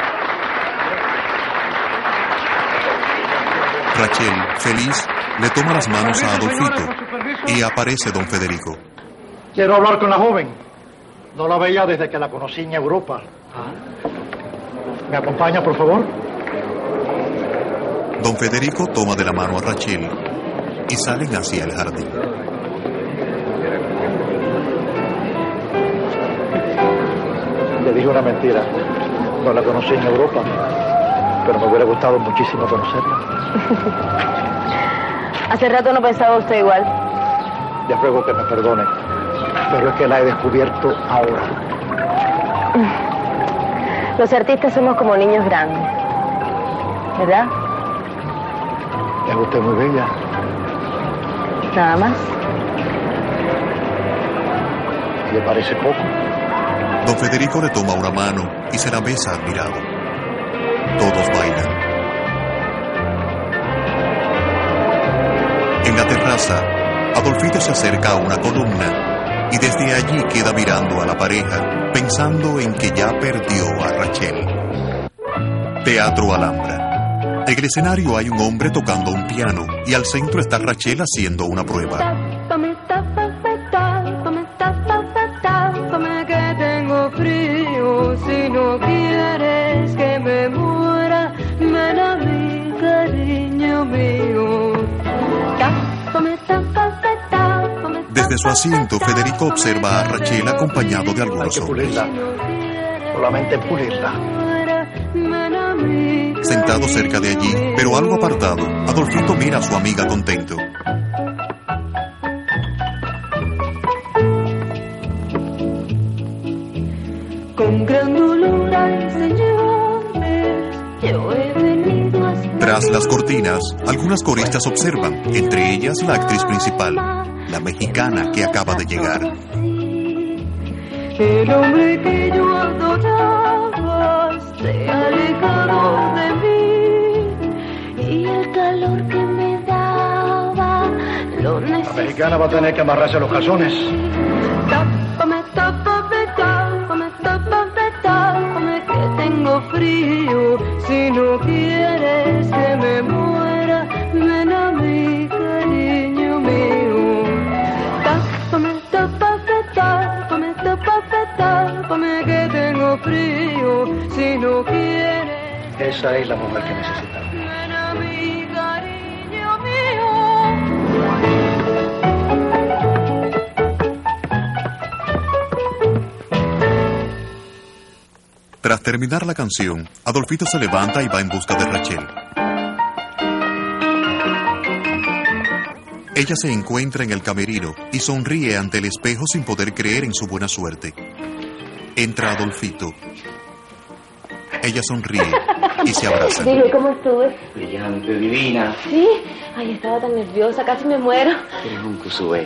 A: Rachel, feliz, le toma las manos a Adolfito y aparece don Federico.
F: Quiero hablar con la joven. No la veía desde que la conocí en Europa. ¿Me acompaña, por favor?
A: Don Federico toma de la mano a Rachel y salen hacia el jardín.
F: Le dije una mentira. No la conocí en Europa, pero me hubiera gustado muchísimo conocerla.
B: Hace rato no pensaba usted igual.
F: Ya ruego que me perdone, pero es que la he descubierto ahora.
B: Los artistas somos como niños grandes, ¿verdad?
F: Es usted muy bella.
B: Nada más.
F: ¿Le parece poco?
A: Don Federico le toma una mano y se la besa admirado. Todos bailan. En la terraza, Adolfito se acerca a una columna y desde allí queda mirando a la pareja, pensando en que ya perdió a Rachel. Teatro Alhambra. En el escenario hay un hombre tocando un piano y al centro está Rachel haciendo una prueba.
L: Tápame, tápame, tápame, tápame, tápame que tengo frío. Si no quieres que me muera, ven a mí, cariño mío. Tápame, tápame, tápame.
A: Desde su asiento, Federico observa a Rachel acompañado de algunos hombres.
F: Solamente pulirla.
A: Sentado cerca de allí, pero algo apartado, Adolfito mira a su amiga contento.
L: Con gran dolor al señores, yo he venido a...
A: Tras las cortinas, algunas coristas observan, entre ellas la actriz principal, la mexicana que acaba de llegar.
L: El hombre que yo adoraba se ha alejado de mí y el calor que me daba lo necesito.
F: La mexicana va a tener que amarrarse los calzones.
L: Tápame, tápame, tápame, tápame, tápame que tengo frío. Si no quieres que me muera, ven a mí, cariño mío. Tápame, tápame, tápame, tápame, tápame que tengo frío. Si no quieres...
F: Esa es la mujer que necesitamos.
L: Ven a mí, cariño mío.
A: Tras terminar la canción, Adolfito se levanta y va en busca de Rachel. Ella se encuentra en el camerino y sonríe ante el espejo sin poder creer en su buena suerte. Entra Adolfito. Ella sonríe y se abrazan.
B: Dile, ¿cómo estuve?
H: Brillante, divina.
B: ¿Sí? Ay, estaba tan nerviosa, casi me muero.
H: Eres un cusubé.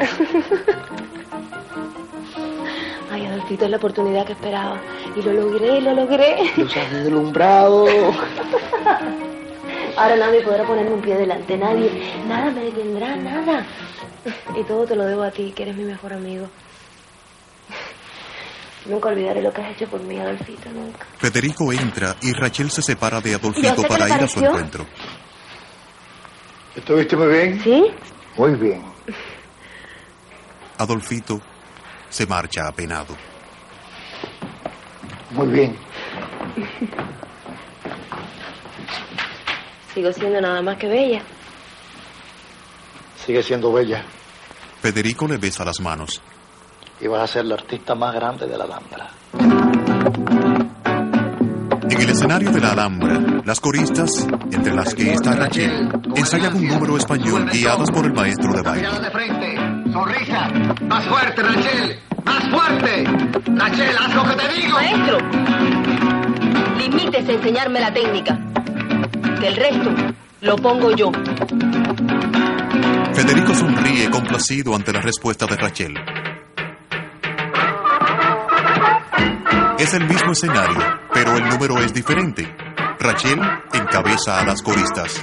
B: Ay, Adolfito, es la oportunidad que esperaba. Y lo logré, lo logré.
H: Los has deslumbrado.
B: Ahora nadie podrá ponerme un pie delante, nadie. Nada me detendrá, nada. Y todo te lo debo a ti, que eres mi mejor amigo. Nunca olvidaré lo que has hecho por mí, Adolfito, nunca.
A: Federico entra y Rachel se separa de Adolfito para ir a su encuentro.
F: ¿Estuviste muy bien?
B: ¿Sí?
F: Muy bien.
A: Adolfito se marcha apenado.
F: Muy bien.
B: Sigo siendo nada más que bella.
F: Sigue siendo bella.
A: Federico le besa las manos.
F: Y vas a ser la artista más grande de la Alhambra.
A: En el escenario de la Alhambra, las coristas, entre las que está Rachel, ensayan un número español guiadas por el maestro de baile.
M: Mirada de frente, sonrisa, más fuerte, Rachel, más fuerte. Rachel, haz lo que te digo.
G: Maestro, limítese a enseñarme la técnica, que el resto lo pongo yo.
A: Federico sonríe complacido ante la respuesta de Rachel. Es el mismo escenario, pero el número es diferente. Rachel encabeza a las coristas.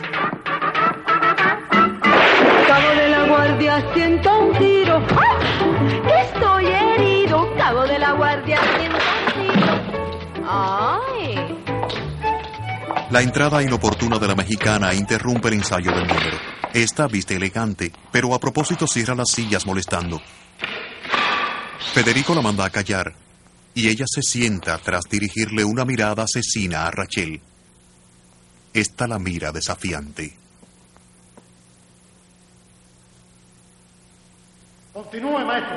L: Cabo de la guardia, siento un tiro. ¡Ah! Estoy herido. Cabo de la guardia, siento un tiro. ¡Ay!
A: La entrada inoportuna de la mexicana interrumpe el ensayo del número. Esta viste elegante, pero a propósito cierra las sillas molestando. Federico la manda a callar, y ella se sienta tras dirigirle una mirada asesina a Rachel. Esta la mira desafiante.
F: Continúe, maestro.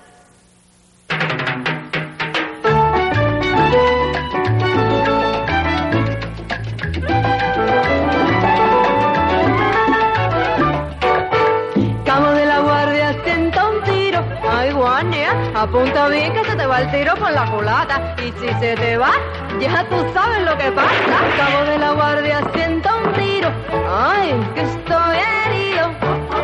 L: Cabo de la guardia, siento un tiro. Ay, guardia, apunta bien que se te va el tiro por la culata. Y si se te va, ya tú sabes lo que pasa. Cabo de la guardia, siento un tiro. Ay, que estoy herido.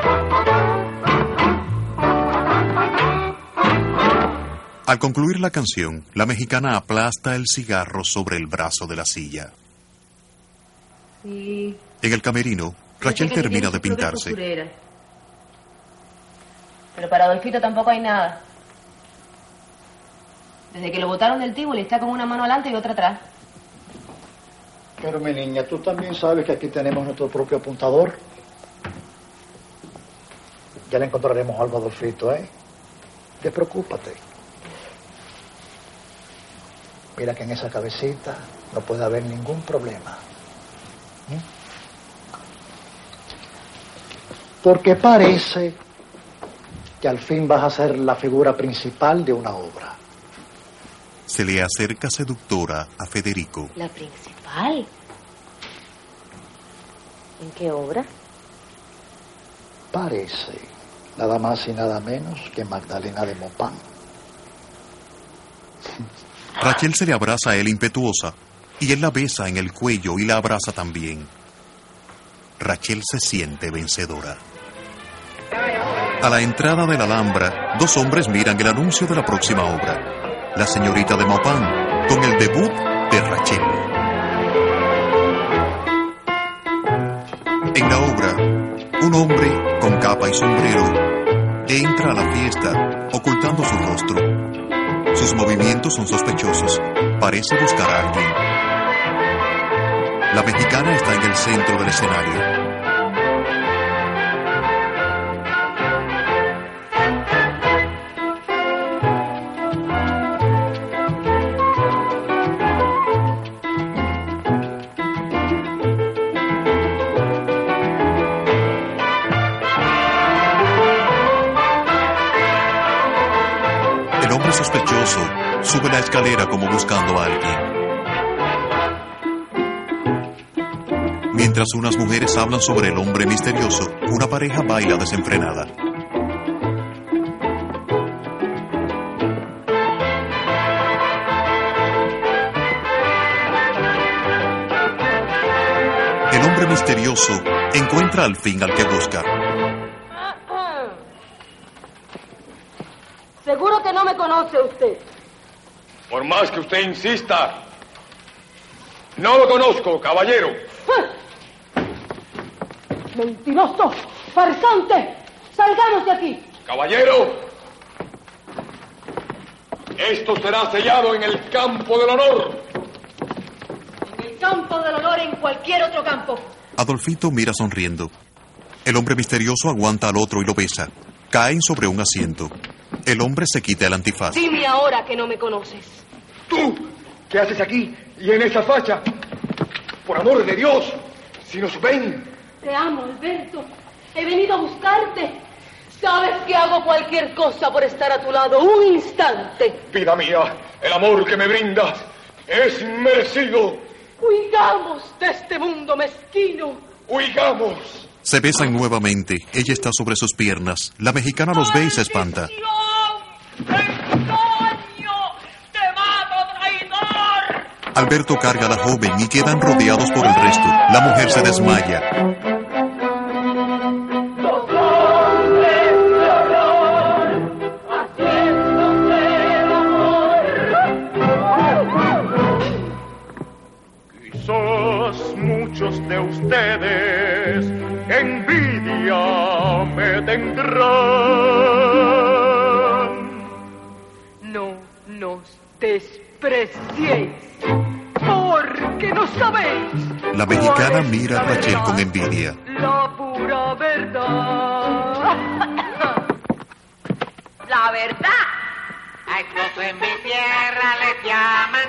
A: Al concluir la canción, la mexicana aplasta el cigarro sobre el brazo de la silla.
B: Sí.
A: En el camerino, Rachel termina de pintarse.
G: Pero para Adolfito tampoco hay nada. Desde que lo botaron del Tívoli está con una mano adelante y otra atrás.
N: Pero mi niña, tú también sabes que aquí tenemos nuestro propio apuntador. Ya le encontraremos algo a Adolfito, ¿eh? Despreocúpate. Mira que en esa cabecita no puede haber ningún problema. ¿Mm? Porque parece que al fin vas a ser la figura principal de una obra.
A: Se le acerca seductora a Federico.
G: ¿La principal? ¿En qué obra?
N: Parece nada más y nada menos que Magdalena de Maupin.
A: Rachel se le abraza a él impetuosa y él la besa en el cuello y la abraza también. Rachel se siente vencedora. A la entrada de la Alhambra, dos hombres miran el anuncio de la próxima obra. La señorita de Maupin, con el debut de Rachel. En la obra, un hombre con capa y sombrero entra a la fiesta ocultando su rostro. Sus movimientos son sospechosos. Parece buscar a alguien. La mexicana está en el centro del escenario. Sospechoso sube la escalera como buscando a alguien. Mientras unas mujeres hablan sobre el hombre misterioso, una pareja baila desenfrenada. El hombre misterioso encuentra al fin al que busca.
E: Seguro que no me conoce usted.
O: Por más que usted insista, no lo conozco, caballero.
E: ¡Mentiroso! ¡Farsante! ¡Salgamos de aquí!
O: Caballero, esto será sellado en el campo del honor.
E: En el campo del honor, en cualquier otro campo.
A: Adolfito mira sonriendo. El hombre misterioso aguanta al otro y lo besa. Caen sobre un asiento. El hombre se quita el antifaz.
E: Dime ahora que no me conoces.
O: ¿Tú? ¿Qué haces aquí y en esa facha? Por amor de Dios, si nos ven.
E: Te amo, Alberto. He venido a buscarte. Sabes que hago cualquier cosa por estar a tu lado un instante.
O: Vida mía, el amor que me brindas es merecido.
E: Huigamos de este mundo mezquino.
O: Huigamos.
A: Se besan nuevamente. Ella está sobre sus piernas. La mexicana los ve y se espanta. Alberto carga a la joven y quedan rodeados por el resto. La mujer se desmaya.
P: Quizás muchos de ustedes envidia me tendrán.
E: No nos despreciéis, porque no sabéis.
A: La mexicana mira a Rachel con envidia.
E: La pura verdad.
D: La verdad. A estos en mi tierra les llaman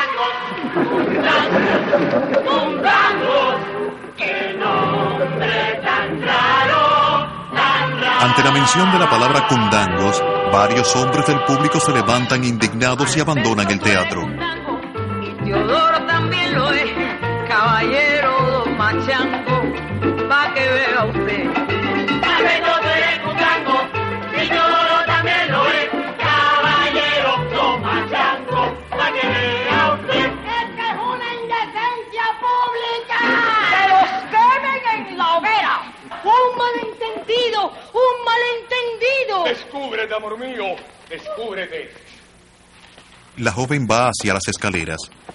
D: cundangos. Cundangos. ¡Qué nombre tan raro, tan raro!
A: Ante la mención de la palabra cundangos, varios hombres del público se levantan indignados y abandonan el teatro.
D: Y Teodoro también lo es, caballero don Machango, pa' que vea usted. Alberto, tú eres cundango, y Teodoro también lo es, caballero don Machango, pa' que vea usted.
E: ¡Esta es una indecencia pública! ¡Que los quemen en la hoguera! ¡Un malentendido! ¡Un malentendido!
O: Descúbrete, amor mío, descúbrete.
A: La joven va hacia las escaleras.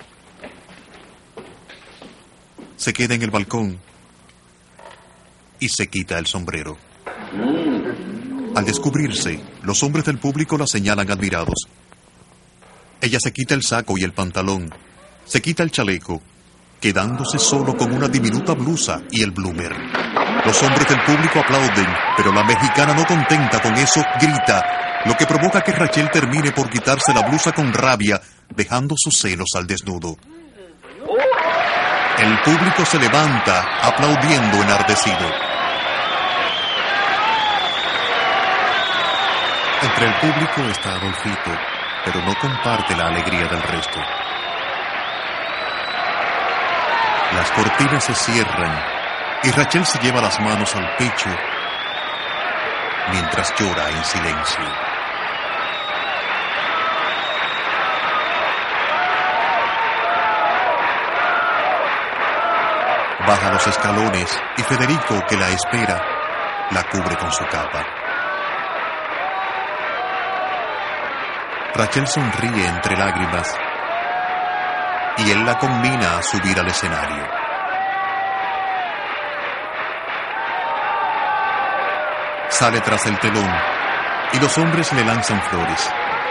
A: Se queda en el balcón y se quita el sombrero. Al descubrirse, los hombres del público la señalan admirados. Ella se quita el saco y el pantalón, se quita el chaleco, quedándose solo con una diminuta blusa y el bloomer. Los hombres del público aplauden, pero la mexicana, no contenta con eso, grita, lo que provoca que Rachel termine por quitarse la blusa con rabia, dejando sus senos al desnudo. El público se levanta, aplaudiendo enardecido. Entre el público está Adolfito, pero no comparte la alegría del resto. Las cortinas se cierran y Rachel se lleva las manos al pecho mientras llora en silencio. Baja los escalones y Federico, que la espera, la cubre con su capa. Rachel sonríe entre lágrimas y él la conmina a subir al escenario. Sale tras el telón y los hombres le lanzan flores.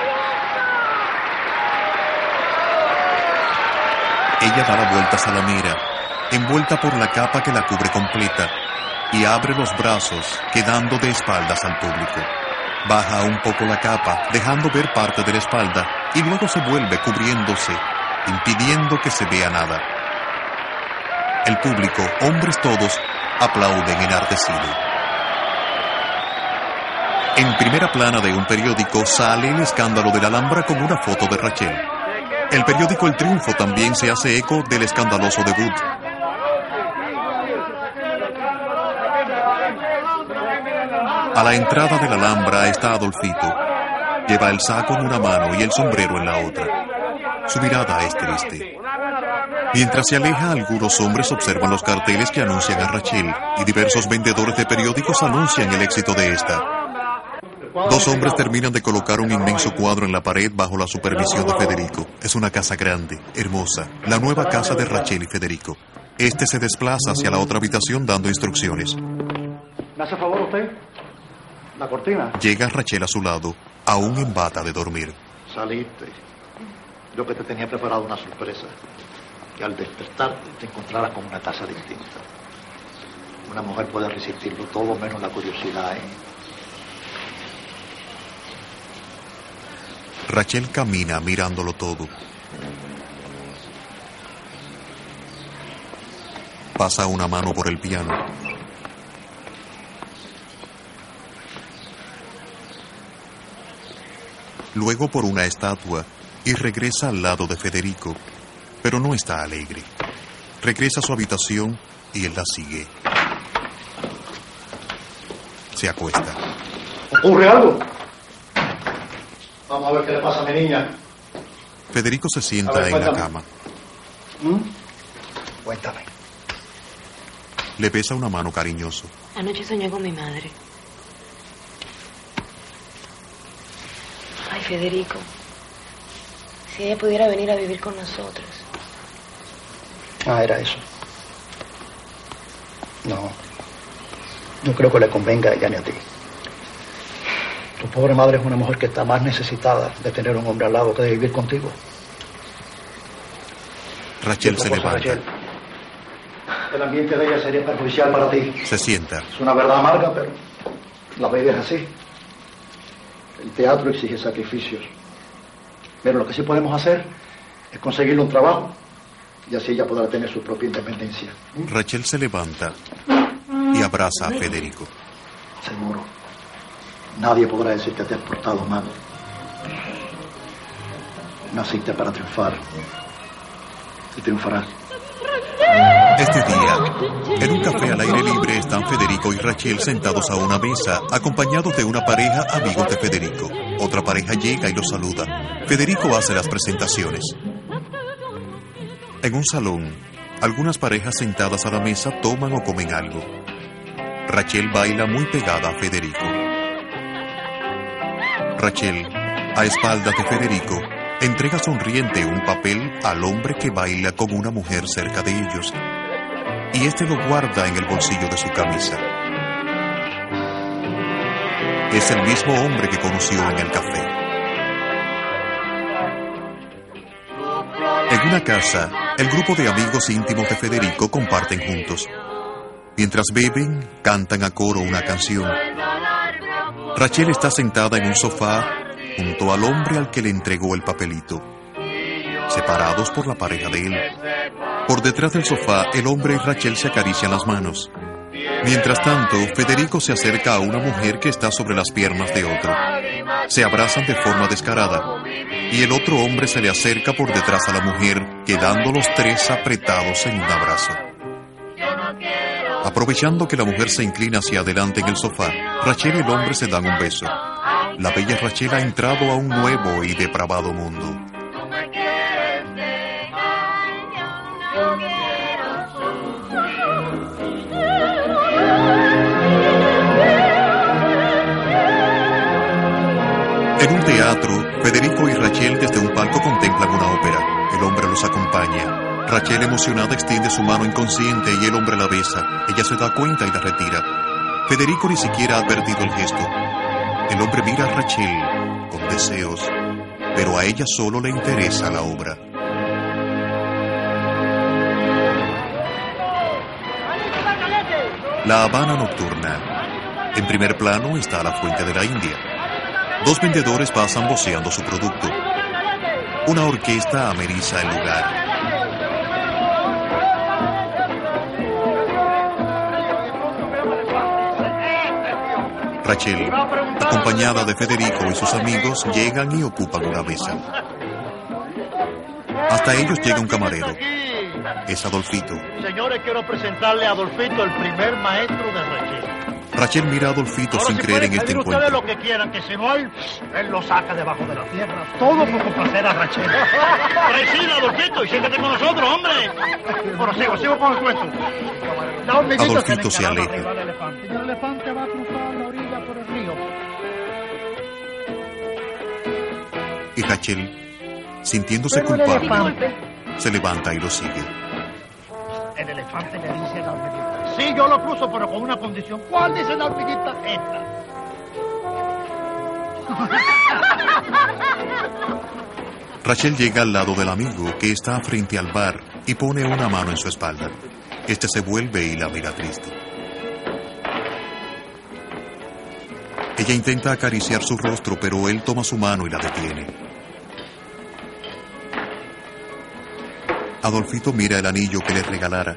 A: Ella da la vuelta salamera, envuelta por la capa que la cubre completa, y abre los brazos, quedando de espaldas al público. Baja un poco la capa, dejando ver parte de la espalda, y luego se vuelve cubriéndose, impidiendo que se vea nada. El público, hombres todos, aplauden enardecido. En primera plana de un periódico sale el escándalo de la Alhambra con una foto de Rachel. El periódico El Triunfo también se hace eco del escandaloso debut. A la entrada de la Alhambra está Adolfito. Lleva el saco en una mano y el sombrero en la otra. Su mirada es triste. Mientras se aleja, algunos hombres observan los carteles que anuncian a Rachel y diversos vendedores de periódicos anuncian el éxito de esta. Dos hombres terminan de colocar un inmenso cuadro en la pared bajo la supervisión de Federico. Es una casa grande, hermosa, la nueva casa de Rachel y Federico. Este se desplaza hacia la otra habitación dando instrucciones.
N: ¿Me hace favor usted? La cortina.
A: Llega Rachel a su lado, aún en bata de dormir.
N: Saliste. Yo que te tenía preparado una sorpresa. Que al despertarte te encontraras con una casa distinta. Una mujer puede resistirlo todo menos la curiosidad, ¿eh?
A: Rachel camina mirándolo todo. Pasa una mano por el piano. Luego por una estatua y regresa al lado de Federico, pero no está alegre. Regresa a su habitación y él la sigue. Se acuesta.
N: ¿Ocurre algo? Vamos a ver qué le pasa a mi niña.
A: Federico se sienta
N: ver,
A: en
N: cuéntame.
A: la cama.
N: ¿Mm? Cuéntame.
A: Le besa una mano cariñoso.
B: Anoche soñé con mi madre. Ay, Federico. Si ella pudiera venir a vivir con nosotros.
N: Ah, era eso. No. No creo que le convenga a ella ni a ti. Tu pobre madre es una mujer que está más necesitada de tener un hombre al lado que de vivir contigo.
A: Rachel se levanta.
N: Rachel, el ambiente de ella sería perjudicial para ti.
A: Se sienta.
N: Es una verdad amarga, pero la vida es así. El teatro exige sacrificios. Pero lo que sí podemos hacer es conseguirle un trabajo y así ella podrá tener su propia independencia.
A: Rachel se levanta y abraza a Federico.
N: Seguro. Nadie podrá decir que te has portado mal. Naciste para triunfar. Y triunfarás.
A: Este día, en un café al aire libre están Federico y Rachel sentados a una mesa, acompañados de una pareja amigos de Federico. Otra pareja llega y los saluda. Federico hace las presentaciones. En un salón, algunas parejas sentadas a la mesa toman o comen algo. Rachel baila muy pegada a Federico. Rachel, a espaldas de Federico, entrega sonriente un papel al hombre que baila con una mujer cerca de ellos, y este lo guarda en el bolsillo de su camisa. Es el mismo hombre que conoció en el café. En una casa, el grupo de amigos íntimos de Federico comparten juntos. Mientras beben, cantan a coro una canción. Rachel está sentada en un sofá junto al hombre al que le entregó el papelito, separados por la pareja de él. Por detrás del sofá, el hombre y Rachel se acarician las manos. Mientras tanto, Federico se acerca a una mujer que está sobre las piernas de otro. Se abrazan de forma descarada, y el otro hombre se le acerca por detrás a la mujer, quedando los tres apretados en un abrazo. Aprovechando que la mujer se inclina hacia adelante en el sofá, Rachel y el hombre se dan un beso. La bella Rachel ha entrado a un nuevo y depravado mundo. En un teatro, Federico y Rachel desde un palco contemplan una ópera. El hombre los acompaña. Rachel, emocionada, extiende su mano inconsciente y el hombre la besa. Ella se da cuenta y la retira. Federico ni siquiera ha advertido el gesto. El hombre mira a Rachel con deseos, pero a ella solo le interesa la obra. La Habana nocturna. En primer plano está la Fuente de la India. Dos vendedores pasan voceando su producto. Una orquesta ameniza el lugar. Rachel, acompañada de Federico y sus amigos, llegan y ocupan una mesa. Hasta ellos llega un camarero. Es Adolfito.
Q: Señores, quiero presentarle a Adolfito, el primer maestro de Rachel.
A: Rachel mira a Adolfito sin creer en este encuentro.
Q: Ustedes lo que quieran, que si no hay, él lo saca debajo de la tierra. Todo por complacer a Rachel. Presida, Adolfito, y siéntate con nosotros, hombre. Bueno, sigo, sigo con el cuento.
A: Adolfito se aleja.
Q: Y el elefante va a cruzar la orilla por el río.
A: Y Rachel, sintiéndose culpable, se levanta y lo sigue.
Q: El elefante le dice a la hormiguita: sí, yo lo cruzo, pero con una condición. ¿Cuál dice la hormiguita? Esta.
A: Rachel llega al lado del amigo que está frente al bar y pone una mano en su espalda. Este se vuelve y la mira triste. Ella intenta acariciar su rostro, pero él toma su mano y la detiene. Adolfito mira el anillo que le regalara.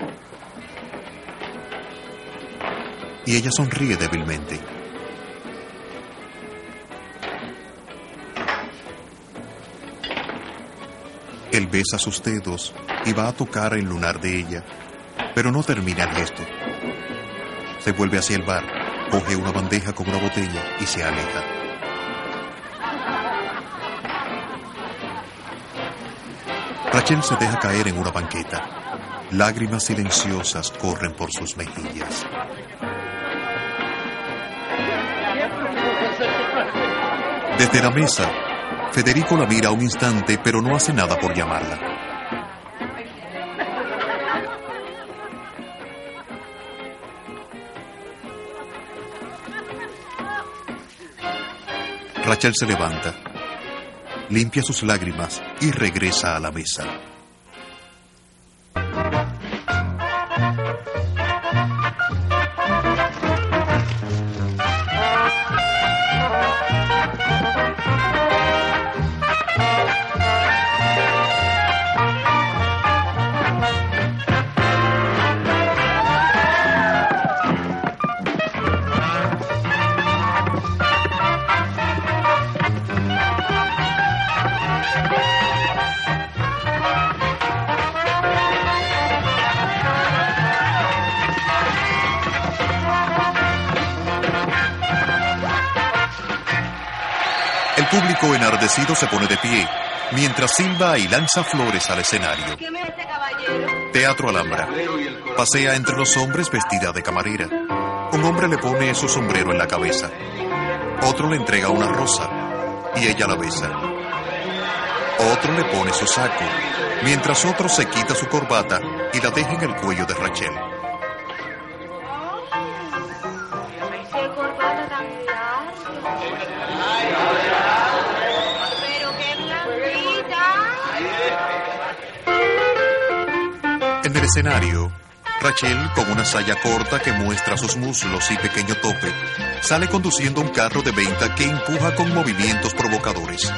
A: Y ella sonríe débilmente. Él besa sus dedos y va a tocar el lunar de ella, pero no termina el gesto. Se vuelve hacia el bar, coge una bandeja con una botella y se aleja. Rachel se deja caer en una banqueta. Lágrimas silenciosas corren por sus mejillas. Desde la mesa, Federico la mira un instante, pero no hace nada por llamarla. Rachel se levanta, limpia sus lágrimas y regresa a la mesa. El público enardecido se pone de pie, mientras silba y lanza flores al escenario. Teatro Alhambra. Pasea entre los hombres vestida de camarera. Un hombre le pone su sombrero en la cabeza. Otro le entrega una rosa y ella la besa. Otro le pone su saco, mientras otro se quita su corbata y la deja en el cuello de Rachel.
E: ¡Qué corbata tan
A: escenario, Rachel, con una saya corta que muestra sus muslos y pequeño tope, sale conduciendo un carro de venta que empuja con movimientos provocadores.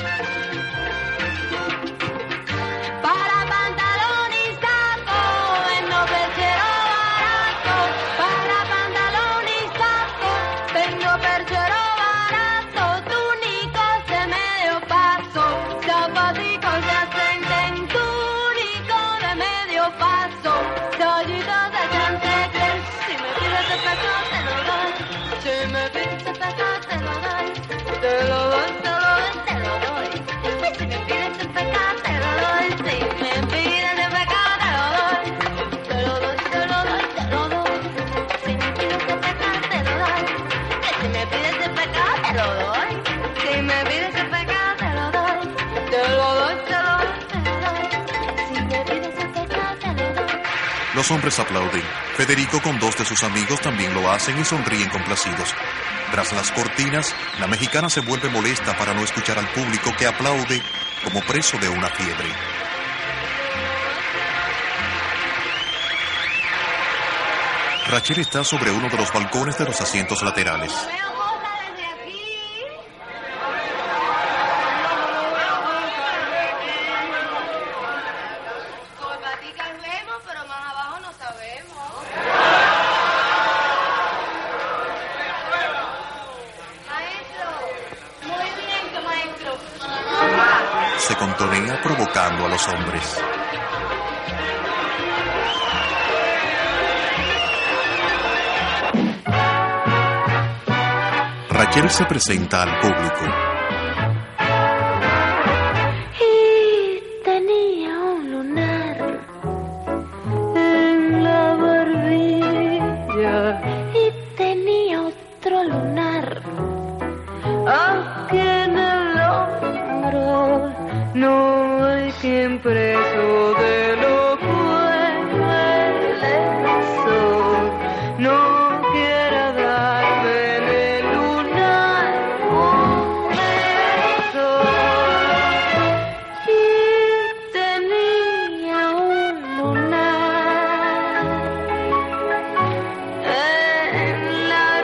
A: Los hombres aplauden. Federico con dos de sus amigos también lo hacen y sonríen complacidos. Tras las cortinas, la mexicana se vuelve molesta para no escuchar al público que aplaude como preso de una fiebre. Rachel está sobre uno de los balcones de los asientos laterales. Se contonea provocando a los hombres. Rachel se presenta al público.
L: Y tenía un lunar en la barbilla y tenía otro lunar aquí en el hombro. No hay quien preso de lo cual eso no quiera darme en el lunar un beso. Y tenía un lunar en la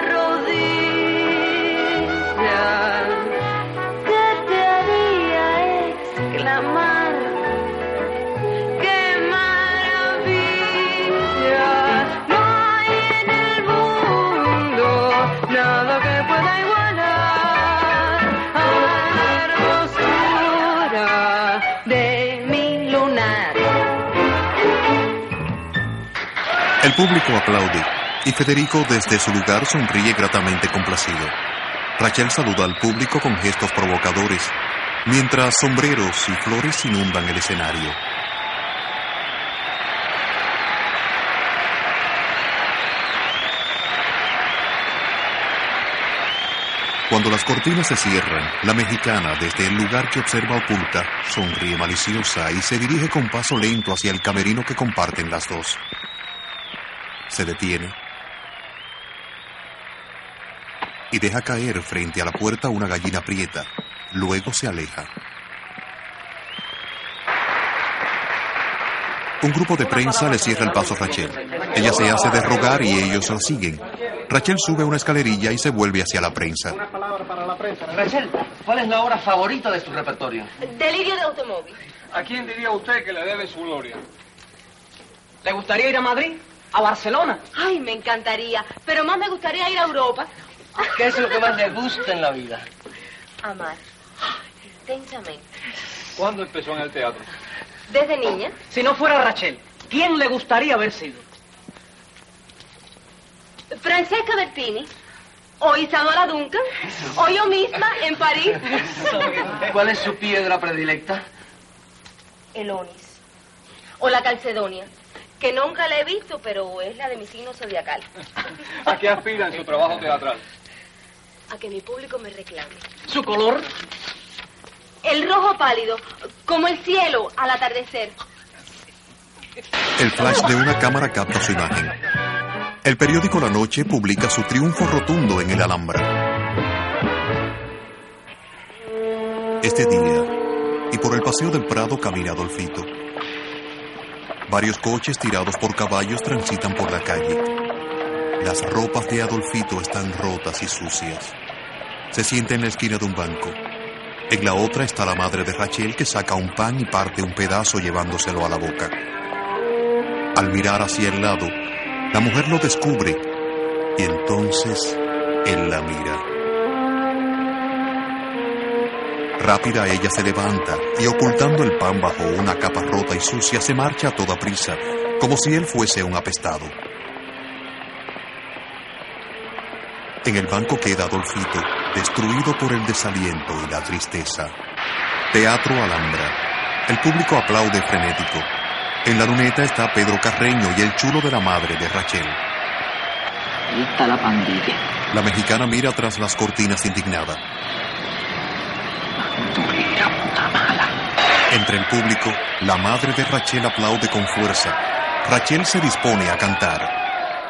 L: rodilla que te haría exclamar: ¡qué maravilla! No hay en el mundo nada que pueda igualar a la hermosura de mi lunar.
A: El público aplaude y Federico desde su lugar sonríe gratamente complacido. Rachel saluda al público con gestos provocadores, mientras sombreros y flores inundan el escenario. Cuando las cortinas se cierran, la mexicana, desde el lugar que observa oculta, sonríe maliciosa y se dirige con paso lento hacia el camerino que comparten las dos. Se detiene y deja caer frente a la puerta una gallina prieta. Luego se aleja. Un grupo de prensa le cierra el paso a Rachel. Ella se hace de rogar y ellos la siguen. Rachel sube una escalerilla y se vuelve hacia la prensa.
F: Rachel, ¿cuál es la obra favorita de su repertorio?
G: Delirio de automóvil.
O: ¿A quién diría usted que le debe su gloria?
F: ¿Le gustaría ir a Madrid? ¿A Barcelona?
G: Ay, me encantaría, pero más me gustaría ir a Europa.
F: ¿Qué es lo que más le gusta en la vida?
G: Amar. Intensamente.
O: ¿Cuándo empezó en el teatro?
G: Desde niña.
F: Si no fuera Rachel, ¿quién le gustaría haber sido?
G: Francesca Bertini. O Isadora Duncan. O yo misma en París.
F: ¿Cuál es su piedra predilecta?
G: El onis. O la calcedonia. Que nunca la he visto, pero es la de mi signo zodiacal.
O: ¿A qué aspira en su trabajo teatral?
G: A que mi público me reclame.
F: ¿Su color?
G: El rojo pálido, como el cielo al atardecer.
A: El flash de una cámara capta su imagen. El periódico La Noche publica su triunfo rotundo en el Alhambra. Este día, y por el Paseo del Prado camina Adolfito. Varios coches tirados por caballos transitan por la calle. Las ropas de Adolfito están rotas y sucias. Se sienta en la esquina de un banco. En la otra está la madre de Rachel, que saca un pan y parte un pedazo llevándoselo a la boca. Al mirar hacia el lado, la mujer lo descubre y entonces él la mira. Rápida ella se levanta y, ocultando el pan bajo una capa rota y sucia, se marcha a toda prisa, como si él fuese un apestado. En el banco queda Adolfito, destruido por el desaliento y la tristeza. Teatro Alhambra. El público aplaude frenético. En la luneta está Pedro Carreño y el chulo de la madre de Rachel.
R: Ahí está la pandilla.
A: La mexicana mira tras las cortinas indignada. Entre el público, la madre de Rachel aplaude con fuerza. Rachel se dispone a cantar.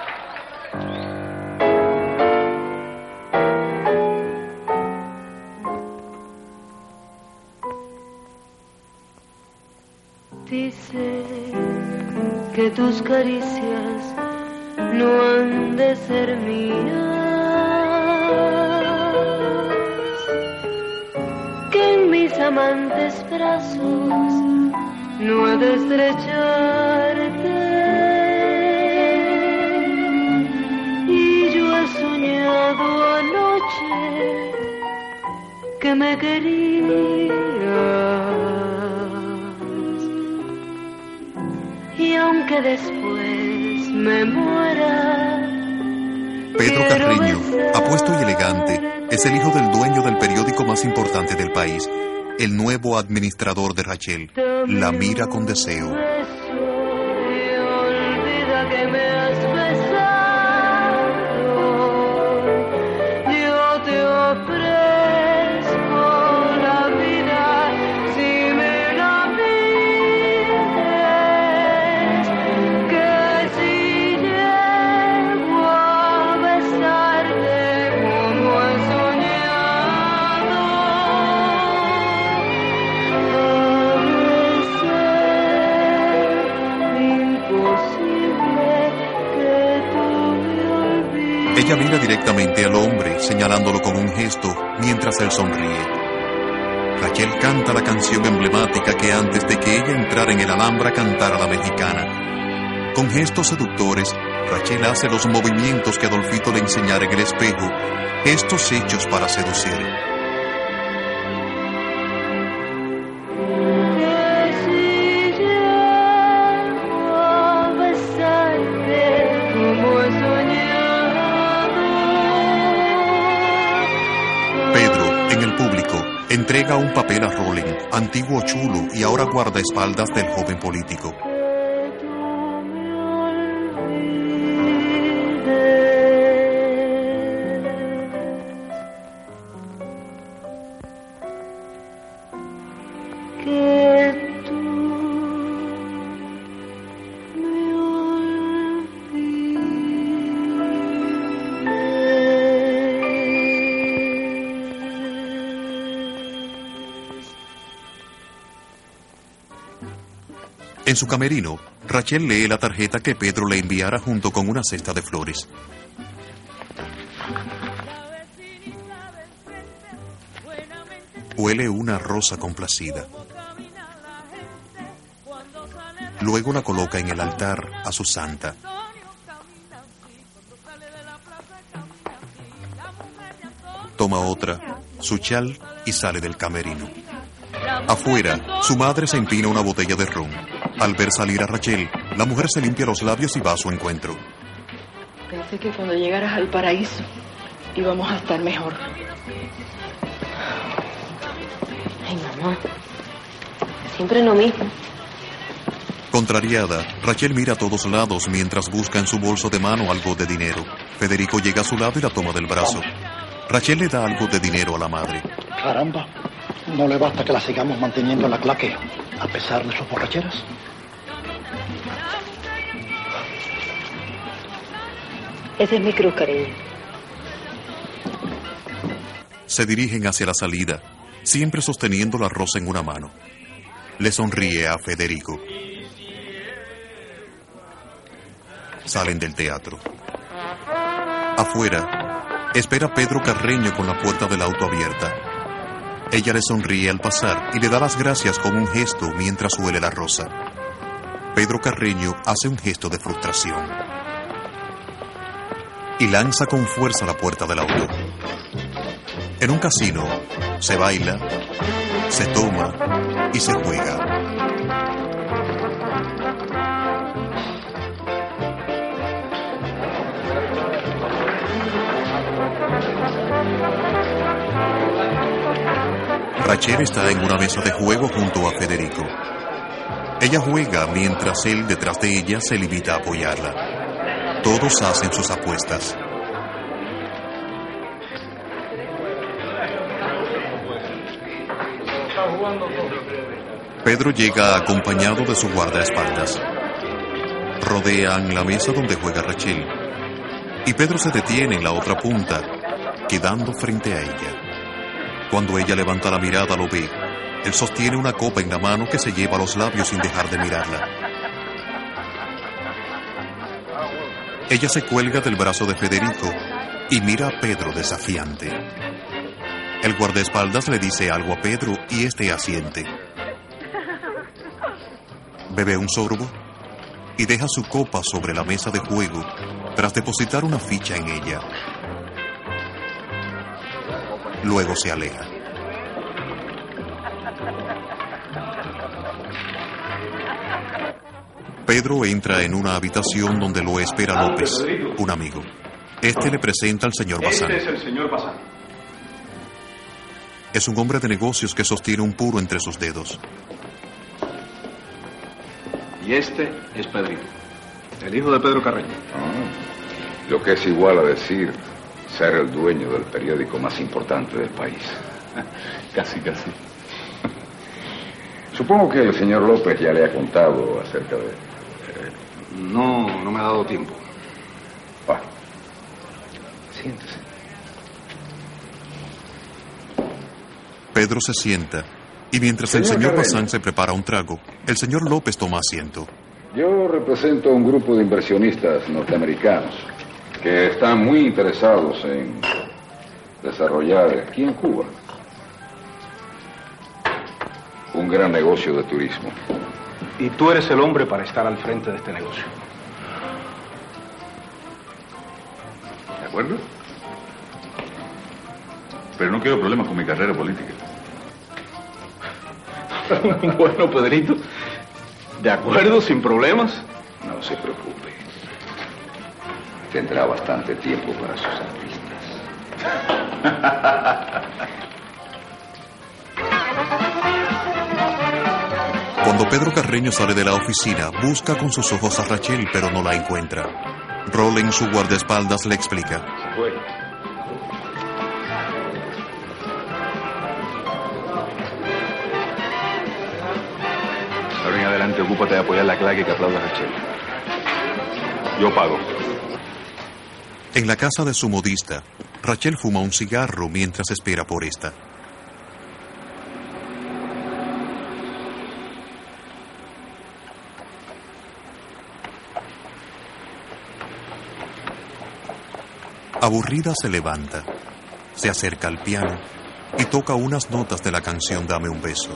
L: Dicen que tus caricias no han de ser mías, que en mis amantes brazos no he de estrecharte, y yo he soñado anoche que me querías, y aunque después me muera.
A: Pedro Carreño, apuesto y elegante, es el hijo del dueño del periódico más importante del país. El nuevo administrador de Rachel la mira con deseo. Ella mira directamente al hombre, señalándolo con un gesto, mientras él sonríe. Rachel canta la canción emblemática que antes de que ella entrara en el Alhambra cantara la mexicana. Con gestos seductores, Rachel hace los movimientos que Adolfito le enseñara en el espejo, gestos hechos para seducir. Entrega un papel a Rolling, antiguo chulo y ahora guardaespaldas del joven político. En su camerino, Rachel lee la tarjeta que Pedro le enviara junto con una cesta de flores. Huele una rosa complacida. Luego la coloca en el altar a su santa. Toma otra, su chal, y sale del camerino. Afuera, su madre se empina una botella de ron. Al ver salir a Rachel, la mujer se limpia los labios y va a su encuentro.
G: Pensé que cuando llegaras al paraíso íbamos a estar mejor.
B: Ay, mamá. Siempre lo mismo.
A: Contrariada, Rachel mira a todos lados mientras busca en su bolso de mano algo de dinero. Federico llega a su lado y la toma del brazo. Rachel le da algo de dinero a la madre.
N: Caramba, ¿no le basta que la sigamos manteniendo en la claque a pesar de sus borracheras?
B: Esa es mi cruz, cariño.
A: Se dirigen hacia la salida, siempre sosteniendo la rosa en una mano. Le sonríe a Federico. Salen del teatro. Afuera, espera Pedro Carreño con la puerta del auto abierta. Ella le sonríe al pasar y le da las gracias con un gesto mientras huele la rosa. Pedro Carreño hace un gesto de frustración y lanza con fuerza la puerta del auto. En un casino se baila, se toma y se juega. Rachel está en una mesa de juego junto a Federico. Ella juega mientras él, detrás de ella, se limita a apoyarla. Todos hacen sus apuestas. Pedro llega acompañado de su guardaespaldas. Rodean la mesa donde juega Rachel. Y Pedro se detiene en la otra punta, quedando frente a ella. Cuando ella levanta la mirada, lo ve. Él sostiene una copa en la mano que se lleva a los labios sin dejar de mirarla. Ella se cuelga del brazo de Federico y mira a Pedro desafiante. El guardaespaldas le dice algo a Pedro y este asiente. Bebe un sorbo y deja su copa sobre la mesa de juego tras depositar una ficha en ella. Luego se aleja. Pedro entra en una habitación donde lo espera López, un amigo. Este le presenta al señor Bazán.
K: Este es el señor Bazán.
A: Es un hombre de negocios que sostiene un puro entre sus dedos.
K: Y este es Pedrito, el hijo de Pedro Carreño.
S: Ah, lo que es igual a decir ser el dueño del periódico más importante del país.
K: Casi, casi.
S: Supongo que el señor López ya le ha contado acerca de...
K: Eh, no, no me ha dado tiempo.
S: Va. Siéntese.
A: Pedro se sienta y mientras
S: Señor
A: el señor
S: Carreño.
A: Bazán se prepara un trago, el señor López toma asiento.
S: Yo represento a un grupo de inversionistas norteamericanos que están muy interesados en desarrollar aquí en Cuba un gran negocio de turismo.
K: Y tú eres el hombre para estar al frente de este negocio.
S: ¿De acuerdo?
K: Pero no quiero problemas con mi carrera política. Bueno, Pedrito, ¿de acuerdo, sin problemas?
S: No se preocupe. Tendrá bastante tiempo para sus artistas.
A: Cuando Pedro Carreño sale de la oficina, busca con sus ojos a Rachel, pero no la encuentra. Rolen, su guardaespaldas, le explica.
K: Se fue. Ahora en adelante, ocúpate de apoyar la claque que aplauda a Rachel. Yo pago.
A: En la casa de su modista, Rachel fuma un cigarro mientras espera por esta. Aburrida se levanta, se acerca al piano y toca unas notas de la canción Dame un beso.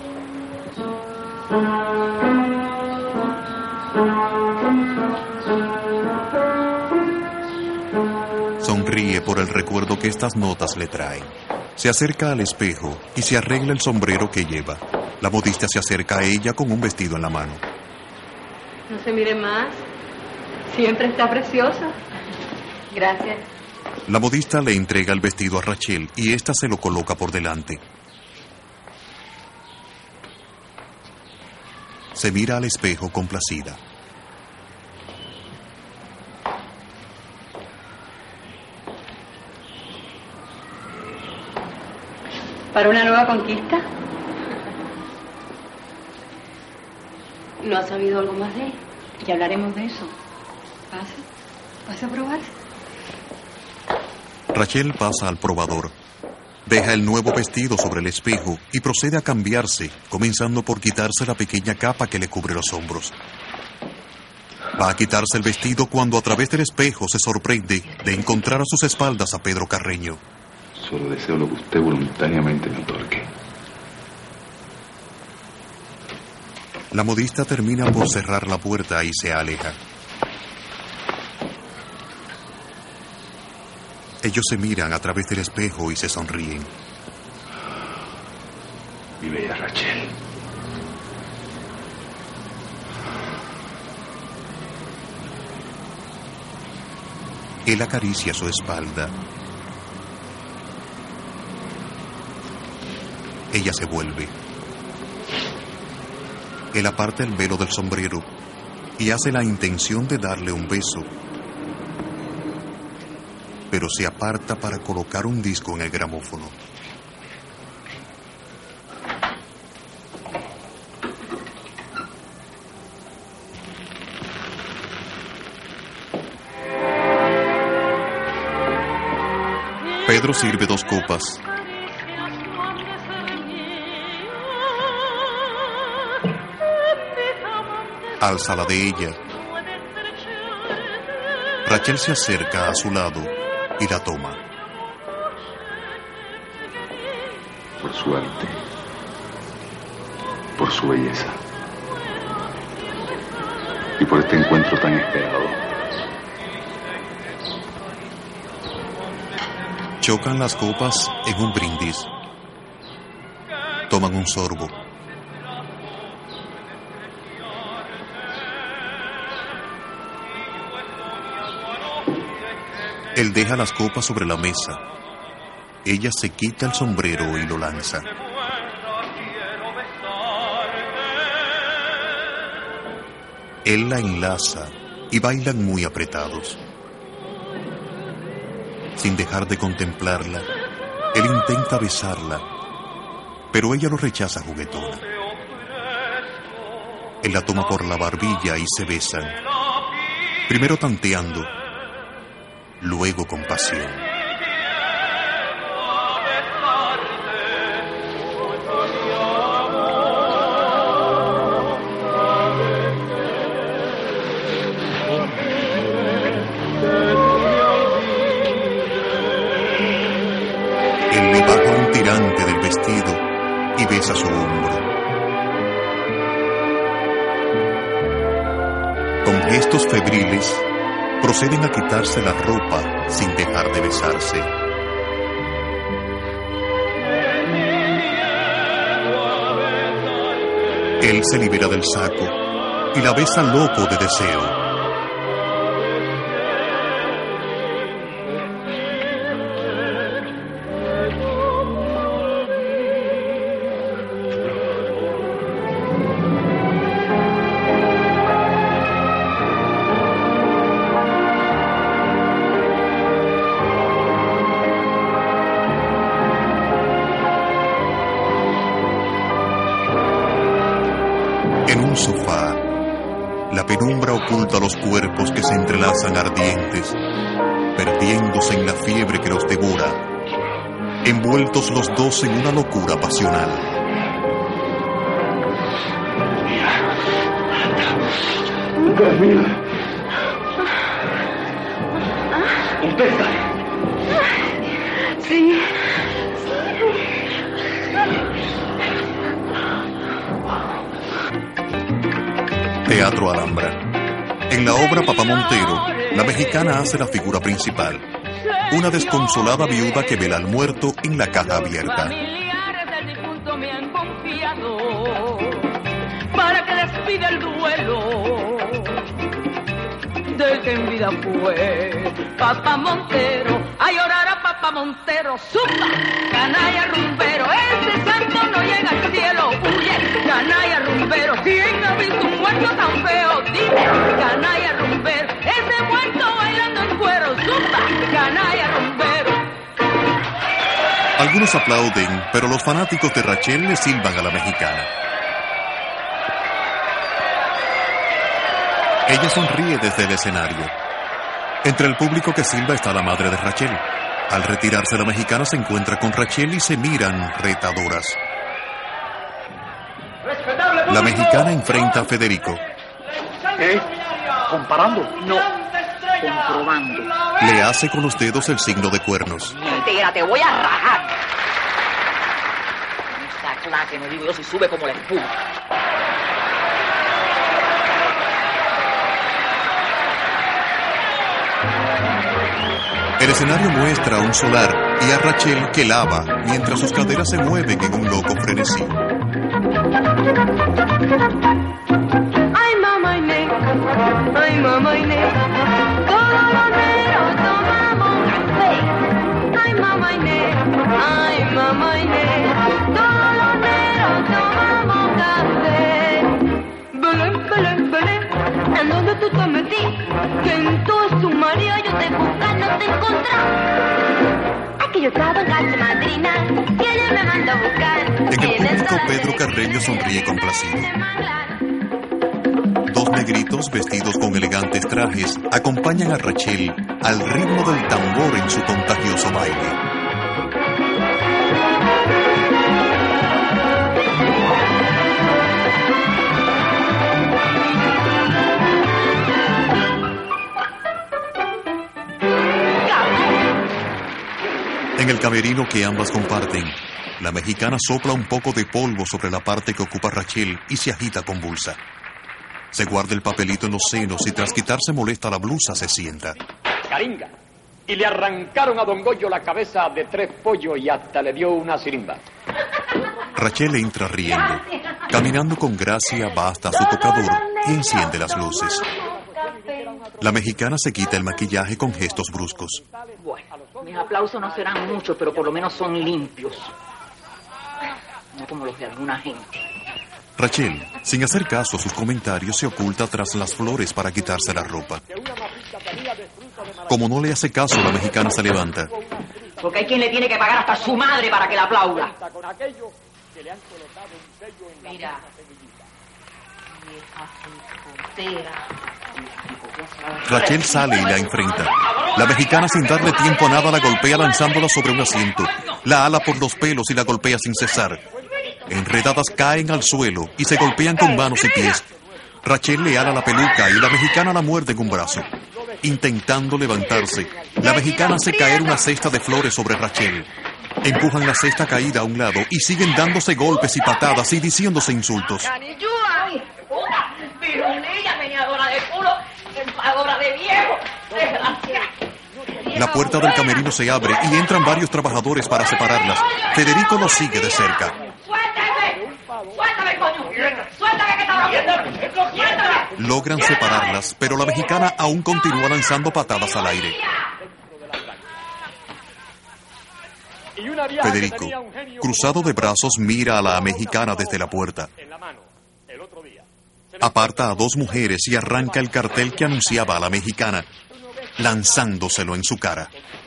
A: Sonríe por el recuerdo que estas notas le traen. Se acerca al espejo y se arregla el sombrero que lleva. La modista se acerca a ella con un vestido en la mano.
B: No se mire más. Siempre está preciosa. Gracias.
A: La modista le entrega el vestido a Rachel y ésta se lo coloca por delante. Se mira al espejo complacida.
B: ¿Para una nueva conquista? ¿No has sabido algo más de él? Ya hablaremos de eso. ¿Pasa? ¿Vas a probar?
A: Rachel pasa al probador. Deja el nuevo vestido sobre el espejo y procede a cambiarse, comenzando por quitarse la pequeña capa que le cubre los hombros. Va a quitarse el vestido cuando a través del espejo se sorprende de encontrar a sus espaldas a Pedro Carreño.
K: Solo deseo lo que usted voluntariamente me otorgue.
A: La modista termina por cerrar la puerta y se aleja. Ellos se miran a través del espejo y se sonríen.
K: Mi bella Rachel.
A: Él acaricia su espalda. Ella se vuelve. Él aparta el velo del sombrero y hace la intención de darle un beso, pero se aparta para colocar un disco en el gramófono. Pedro sirve dos copas. Alza la de ella. Rachel se acerca a su lado y la toma.
K: Por su arte, por su belleza y por este encuentro tan esperado.
A: Chocan las copas en un brindis. Toman un sorbo. Él deja las copas sobre la mesa. Ella se quita el sombrero y lo lanza. Él la enlaza y bailan muy apretados. Sin dejar de contemplarla, él intenta besarla, pero ella lo rechaza juguetona. Él la toma por la barbilla y se besan, primero tanteando, luego con pasión. Él le baja un tirante del vestido y besa su hombro. Con gestos febriles, proceden a quitarse la ropa sin dejar de besarse. Él se libera del saco y la besa loco de deseo. En un sofá, la penumbra oculta los cuerpos que se entrelazan ardientes, perdiéndose en la fiebre que los devora, envueltos los dos en una locura pasional.
F: Carmila. Contesta.
L: Sí.
A: Teatro Alhambra. En la obra Papá Montero, la mexicana hace la figura principal, una desconsolada viuda que vela al muerto en la caja abierta.
D: Me han confiado para que despida el duelo del que en vida fue Papá Montero. A llorar a Papá Montero, supa, canalla rumbero, ese santo no llega al cielo. Huye, canalla rumbero, ¿quién ha visto un muerto tan feo? Dime, canalla rumbero, ese muerto bailando en cuero, supa, canalla rumbero.
A: Algunos aplauden, pero los fanáticos de Rachel le silban a la mexicana. Ella sonríe desde el escenario. Entre el público que silba está la madre de Rachel. Al retirarse, la mexicana se encuentra con Rachel y se miran retadoras. La mexicana enfrenta a Federico.
F: ¿Eh?
R: ¿Comparando? No, comprobando.
A: Le hace con los dedos el signo de cuernos.
G: Mentira, te voy a rajar. Esta clase, no digo yo, si sube como la espuma.
A: El escenario muestra un solar y a Rachel que lava mientras sus caderas se mueven en un loco frenesí.
L: Ay, mamá Inés, ay, mamá Inés, todos los negros tomamos café. Ay, mamá Inés, ay, mamá Inés, todos los negros tomamos café. Belén, Belén, Belén, ¿en dónde tú te metí? Que en todo su María yo te buscaba, no te encontraba. Aquí yo estaba en casa madrina y ella me mandó a buscar.
A: En el público, Pedro Carreño sonríe complacido. Dos negritos vestidos con elegantes trajes acompañan a Rachel al ritmo del tambor en su contagioso baile. En el camerino que ambas comparten, la mexicana sopla un poco de polvo sobre la parte que ocupa Rachel y se agita convulsa. Se guarda el papelito en los senos y tras quitarse molesta la blusa se sienta.
C: Caringa. Y le arrancaron a Don Goyo la cabeza de tres pollos y hasta le dio una sirimba.
A: Rachel entra riendo. Caminando con gracia va hasta su tocador y enciende las luces. La mexicana se quita el maquillaje con gestos bruscos.
G: Bueno, mis aplausos no serán muchos, pero por lo menos son limpios. No como los de alguna gente.
A: Rachel, sin hacer caso a sus comentarios, se oculta tras las flores para quitarse la ropa. Como no le hace caso, la mexicana se levanta.
G: Porque hay quien le tiene que pagar hasta su madre para que la aplauda. Mira.
A: Rachel sale y la enfrenta. La mexicana, sin darle tiempo a nada, la golpea lanzándola sobre un asiento. La ala por los pelos y la golpea sin cesar. Enredadas caen al suelo y se golpean con manos y pies. Rachel le ala la peluca y la mexicana la muerde en un brazo. Intentando levantarse, la mexicana hace caer una cesta de flores sobre Rachel. Empujan la cesta caída a un lado y siguen dándose golpes y patadas y diciéndose insultos.
G: Pirulilla, meneadora de culo, empadora de viejo, desgraciada.
A: La puerta del camerino se abre y entran varios trabajadores para separarlas. Federico los sigue de cerca.
G: ¡Suéltame! ¡Suéltame, coño! ¡Suéltame que está haciendo! ¡Suéltame!
A: Logran separarlas, pero la mexicana aún continúa lanzando patadas al aire. Federico, cruzado de brazos, mira a la mexicana desde la puerta. Aparta a dos mujeres y arranca el cartel que anunciaba a la mexicana, lanzándoselo en su cara.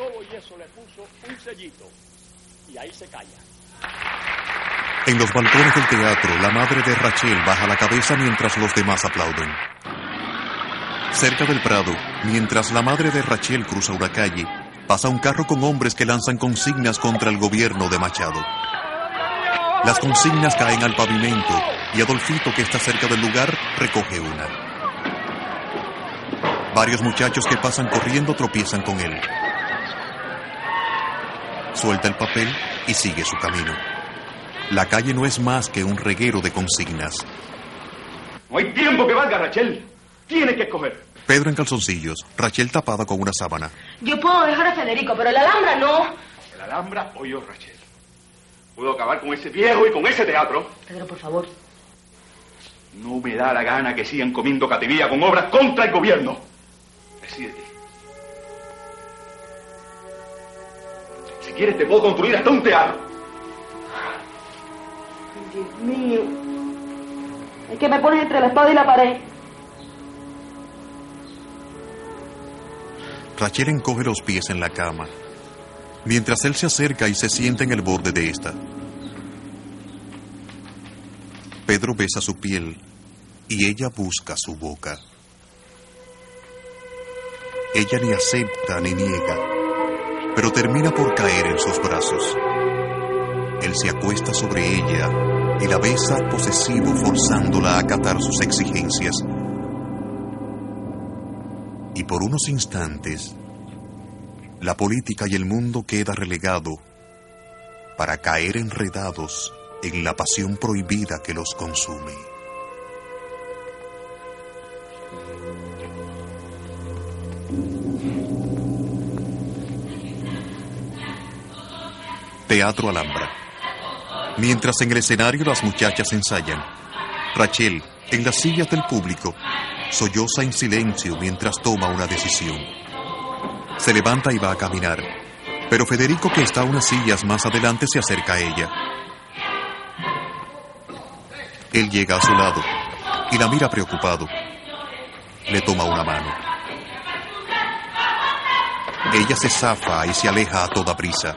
A: En los balcones del teatro, la madre de Rachel baja la cabeza mientras los demás aplauden. Cerca del Prado, mientras la madre de Rachel cruza una calle, pasa un carro con hombres que lanzan consignas contra el gobierno de Machado. Las consignas caen al pavimento y Adolfito, que está cerca del lugar, recoge una. Varios muchachos que pasan corriendo tropiezan con él. Suelta el papel y sigue su camino. La calle no es más que un reguero de consignas.
O: No hay tiempo que valga, Rachel. Tiene que escoger.
A: Pedro en calzoncillos, Rachel tapada con una sábana.
E: Yo puedo dejar a Federico, pero el Alhambra no.
O: ¿El Alhambra o yo, Rachel? Puedo acabar con ese viejo y con ese teatro.
E: Pedro, por favor.
O: No me da la gana que sigan comiendo categoría con obras contra el gobierno. Decídete. Si quieres te puedo construir hasta un teatro.
E: Dios mío. Es que me pones entre la espada y la pared.
A: Rachel encoge los pies en la cama, mientras él se acerca y se sienta en el borde de esta. Pedro besa su piel y ella busca su boca. Ella ni acepta ni niega, pero termina por caer en sus brazos. Él se acuesta sobre ella y la besa posesivo, forzándola a acatar sus exigencias. Y por unos instantes, la política y el mundo queda relegado para caer enredados en la pasión prohibida que los consume. Teatro Alhambra. Mientras en el escenario las muchachas ensayan, Rachel, en las sillas del público, solloza en silencio mientras toma una decisión. Se levanta y va a caminar, pero Federico, que está unas sillas más adelante, se acerca a ella. Él llega a su lado y la mira preocupado. Le toma una mano. Ella se zafa y se aleja a toda prisa.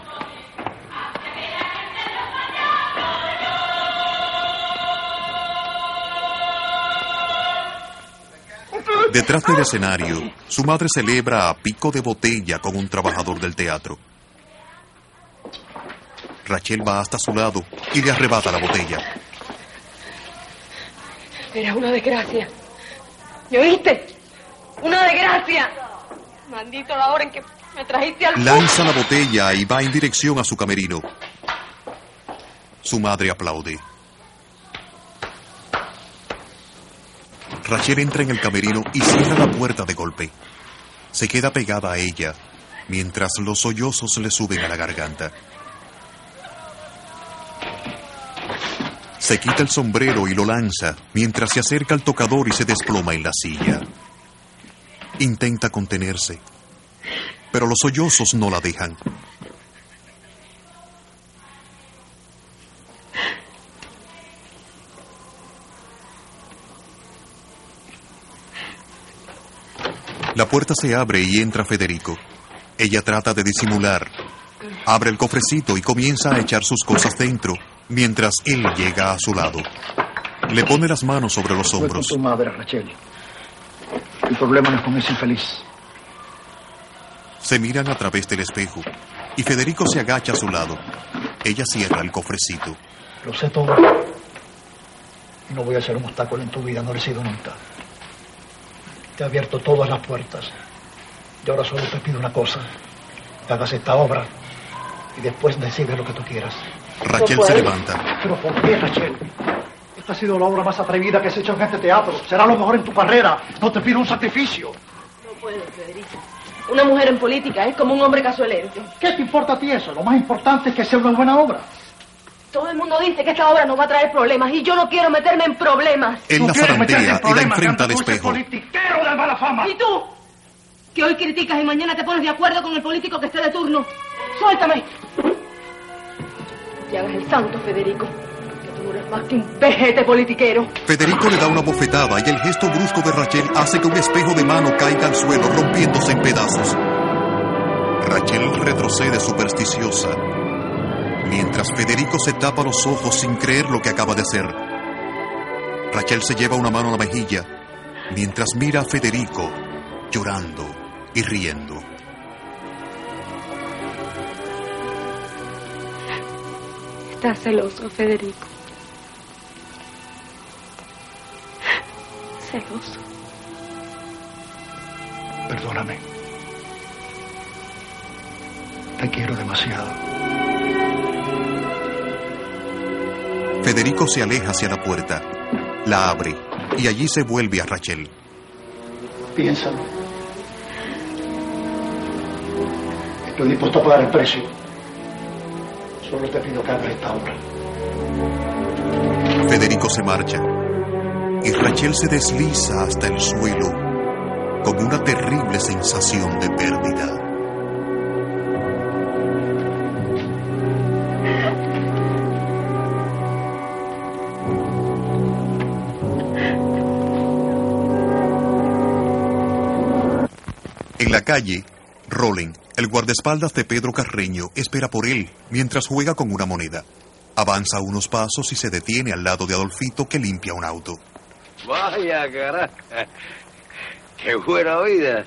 A: Detrás del escenario, su madre celebra a pico de botella con un trabajador del teatro. Rachel va hasta su lado y le arrebata la botella.
G: Era una desgracia. ¿Me oíste? ¡Una desgracia! Maldito la hora en que me trajiste al...
A: Lanza la botella y va en dirección a su camerino. Su madre aplaude. Rachel entra en el camerino y cierra la puerta de golpe. Se queda pegada a ella, mientras los sollozos le suben a la garganta. Se quita el sombrero y lo lanza, mientras se acerca al tocador y se desploma en la silla. Intenta contenerse, pero los sollozos no la dejan. La puerta se abre y entra Federico. Ella trata de disimular. Abre el cofrecito y comienza a echar sus cosas dentro, mientras él llega a su lado. Le pone las manos sobre los hombros.
N: Voy con tu madre, Rachel. El problema no es con ese infeliz.
A: Se miran a través del espejo y Federico se agacha a su lado. Ella cierra el cofrecito.
N: Lo sé todo. Y no voy a ser un obstáculo en tu vida, no lo he sido nunca. Te he abierto todas las puertas. Y ahora solo te pido una cosa. Que hagas esta obra y después decides lo que tú quieras.
A: Rachel se levanta.
N: ¿Pero por qué, Rachel? Esta ha sido la obra más atrevida que has hecho en este teatro. Será lo mejor en tu carrera. No te pido un sacrificio.
G: No puedo, Federico. Una mujer en política es como un hombre casualente.
N: ¿Qué te importa a ti eso? Lo más importante es que sea una buena obra.
G: Todo el mundo dice que esta obra nos va a traer problemas y yo no quiero meterme en problemas.
A: Él la zarandea y la enfrenta al espejo.
N: ¡Politiquero de mala fama!
G: ¿Y tú? Que hoy criticas y mañana te pones de acuerdo con el político que esté de turno. ¡Suéltame! Y hagas el santo, Federico. Que tú no eres más que un pejete politiquero.
A: Federico le da una bofetada y el gesto brusco de Rachel hace que un espejo de mano caiga al suelo, rompiéndose en pedazos. Rachel retrocede supersticiosa, mientras Federico se tapa los ojos sin creer lo que acaba de hacer. Rachel se lleva una mano a la mejilla, mientras mira a Federico, llorando y riendo.
B: Estás celoso, Federico. Celoso.
N: Perdóname. Te quiero demasiado.
A: Federico se aleja hacia la puerta, la abre y allí se vuelve a Rachel.
N: Piénsalo. Estoy dispuesto a pagar el precio. Solo te pido que hagas esta obra.
A: Federico se marcha y Rachel se desliza hasta el suelo con una terrible sensación de pérdida. En la calle, Rolen, el guardaespaldas de Pedro Carreño, espera por él mientras juega con una moneda. Avanza unos pasos y se detiene al lado de Adolfito, que limpia un auto.
T: Vaya, carajo. Qué buena vida.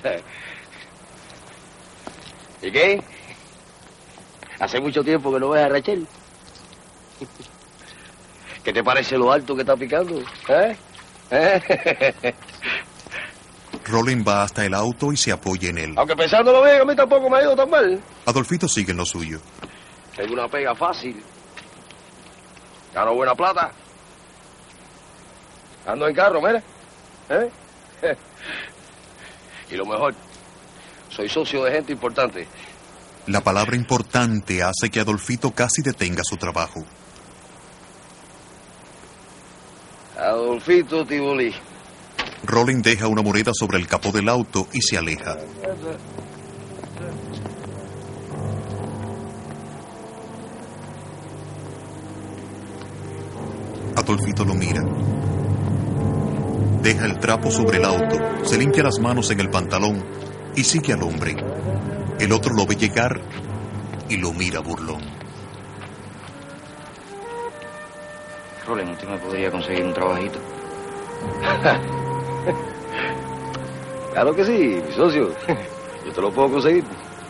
T: ¿Y qué? Hace mucho tiempo que no ves a Rachel. ¿Qué te parece lo alto que está picando? ¿Eh? ¿Eh?
A: Roland va hasta el auto y se apoya en él.
F: Aunque pensándolo bien, a mí tampoco me ha ido tan mal.
A: Adolfito sigue en lo suyo.
F: Tengo una pega fácil. Gano buena plata. Ando en carro, mire. ¿Eh? Y lo mejor, soy socio de gente importante.
A: La palabra importante hace que Adolfito casi detenga su trabajo.
F: Adolfito Tibolí.
A: Roland deja una moneda sobre el capó del auto y se aleja. Adolfito lo mira. Deja el trapo sobre el auto, se limpia las manos en el pantalón y sigue al hombre. El otro lo ve llegar y lo mira burlón.
J: Roland, ¿usted me podría conseguir un trabajito?
F: Claro que sí, mi socio. Yo te lo puedo conseguir.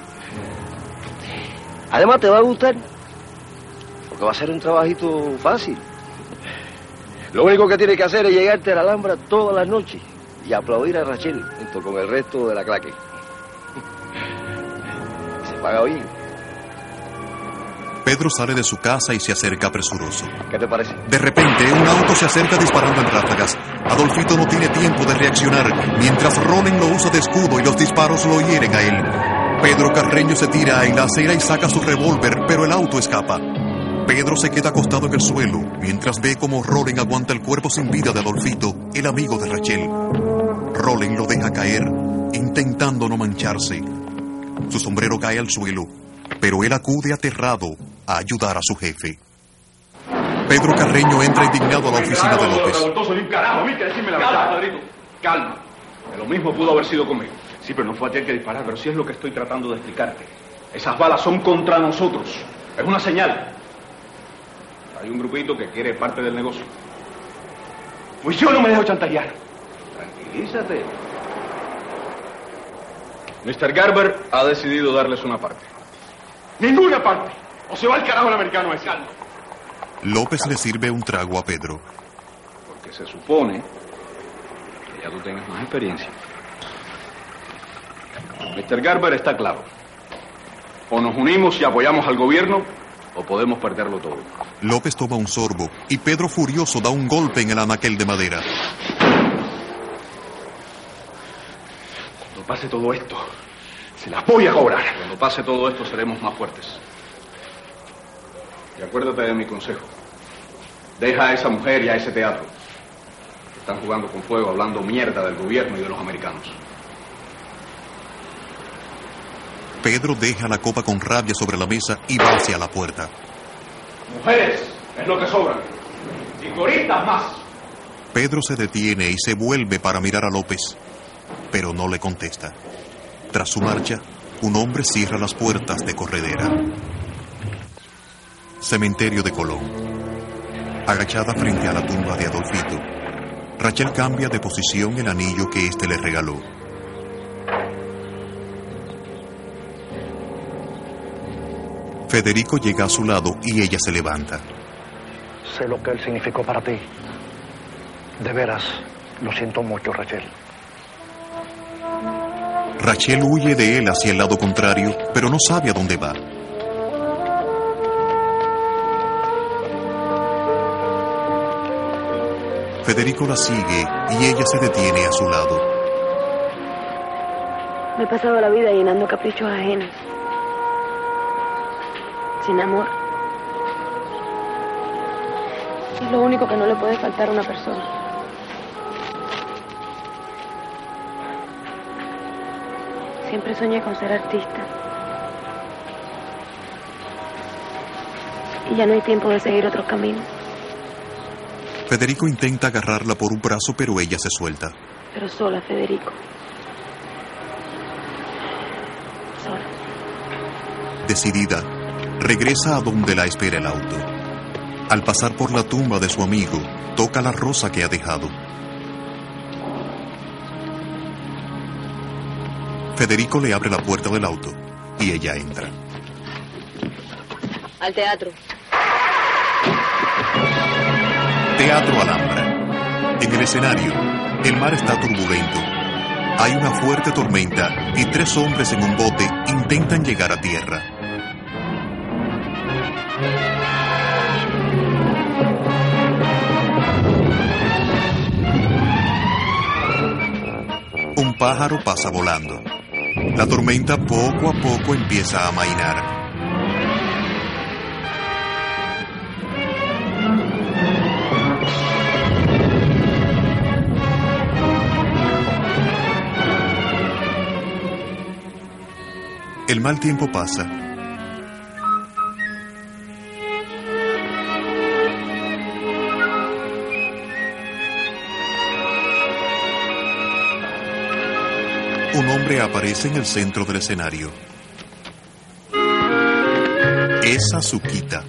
F: Además te va a gustar, porque va a ser un trabajito fácil. Lo único que tienes que hacer es llegarte a la Alhambra todas las noches y aplaudir a Rachel junto con el resto de la claque. Se paga bien.
A: Pedro sale de su casa y se acerca apresuroso.
F: ¿Qué te parece?
A: De repente, un auto se acerca disparando en ráfagas. Adolfito no tiene tiempo de reaccionar, mientras Roland lo usa de escudo y los disparos lo hieren a él. Pedro Carreño se tira en la acera y saca su revólver, pero el auto escapa. Pedro se queda acostado en el suelo, mientras ve cómo Roland aguanta el cuerpo sin vida de Adolfito, el amigo de Rachel. Roland lo deja caer, intentando no mancharse. Su sombrero cae al suelo, pero él acude aterrado a ayudar a su jefe. Pedro Carreño entra indignado a la oficina de López.
K: Soy un carajo, a mí que decirme la verdad. Calma, Pedrito, calma. Lo mismo pudo haber sido conmigo. Sí, pero no fue a ti el que disparar, pero sí es lo que estoy tratando de explicarte. Esas balas son contra nosotros. Es una señal. Hay un grupito que quiere parte del negocio. Pues yo no me dejo chantajear. Tranquilízate. mister Garber ha decidido darles una parte. ¡Ninguna parte! ¡O se va el carajo el americano ese!
A: López le sirve un trago a Pedro.
K: Porque se supone que ya tú tengas más experiencia. mister Garber está claro. O nos unimos y apoyamos al gobierno, o podemos perderlo todo.
A: López toma un sorbo y Pedro, furioso, da un golpe en el anaquel de madera.
K: Cuando pase todo esto, se las voy a cobrar. Cuando pase todo esto, seremos más fuertes. Y acuérdate de mi consejo. Deja a esa mujer y a ese teatro. Están jugando con fuego, hablando mierda del gobierno y de los americanos.
A: Pedro deja la copa con rabia sobre la mesa y va hacia la puerta.
K: Mujeres, es lo que sobran. Y coristas más.
A: Pedro se detiene y se vuelve para mirar a López, pero no le contesta. Tras su marcha, un hombre cierra las puertas de corredera. Cementerio de Colón. Agachada frente a la tumba de Adolfito, Rachel cambia de posición el anillo que éste le regaló. Federico llega a su lado y ella se levanta.
N: Sé lo que él significó para ti. De veras, lo siento mucho, Rachel.
A: Rachel huye de él hacia el lado contrario, pero no sabe a dónde va. Federico la sigue y ella se detiene a su lado.
B: Me he pasado la vida llenando caprichos ajenos. Sin amor. Es lo único que no le puede faltar a una persona. Siempre soñé con ser artista. Y ya no hay tiempo de seguir otros caminos.
A: Federico intenta agarrarla por un brazo, pero ella se suelta.
B: Pero sola, Federico. Sola.
A: Decidida, regresa a donde la espera el auto. Al pasar por la tumba de su amigo, toca la rosa que ha dejado. Federico le abre la puerta del auto y ella entra.
B: Al teatro.
A: Teatro Alhambra. En el escenario, el mar está turbulento. Hay una fuerte tormenta y tres hombres en un bote intentan llegar a tierra. Un pájaro pasa volando. La tormenta poco a poco empieza a amainar. El mal tiempo pasa. Un hombre aparece en el centro del escenario. Es Azuquita.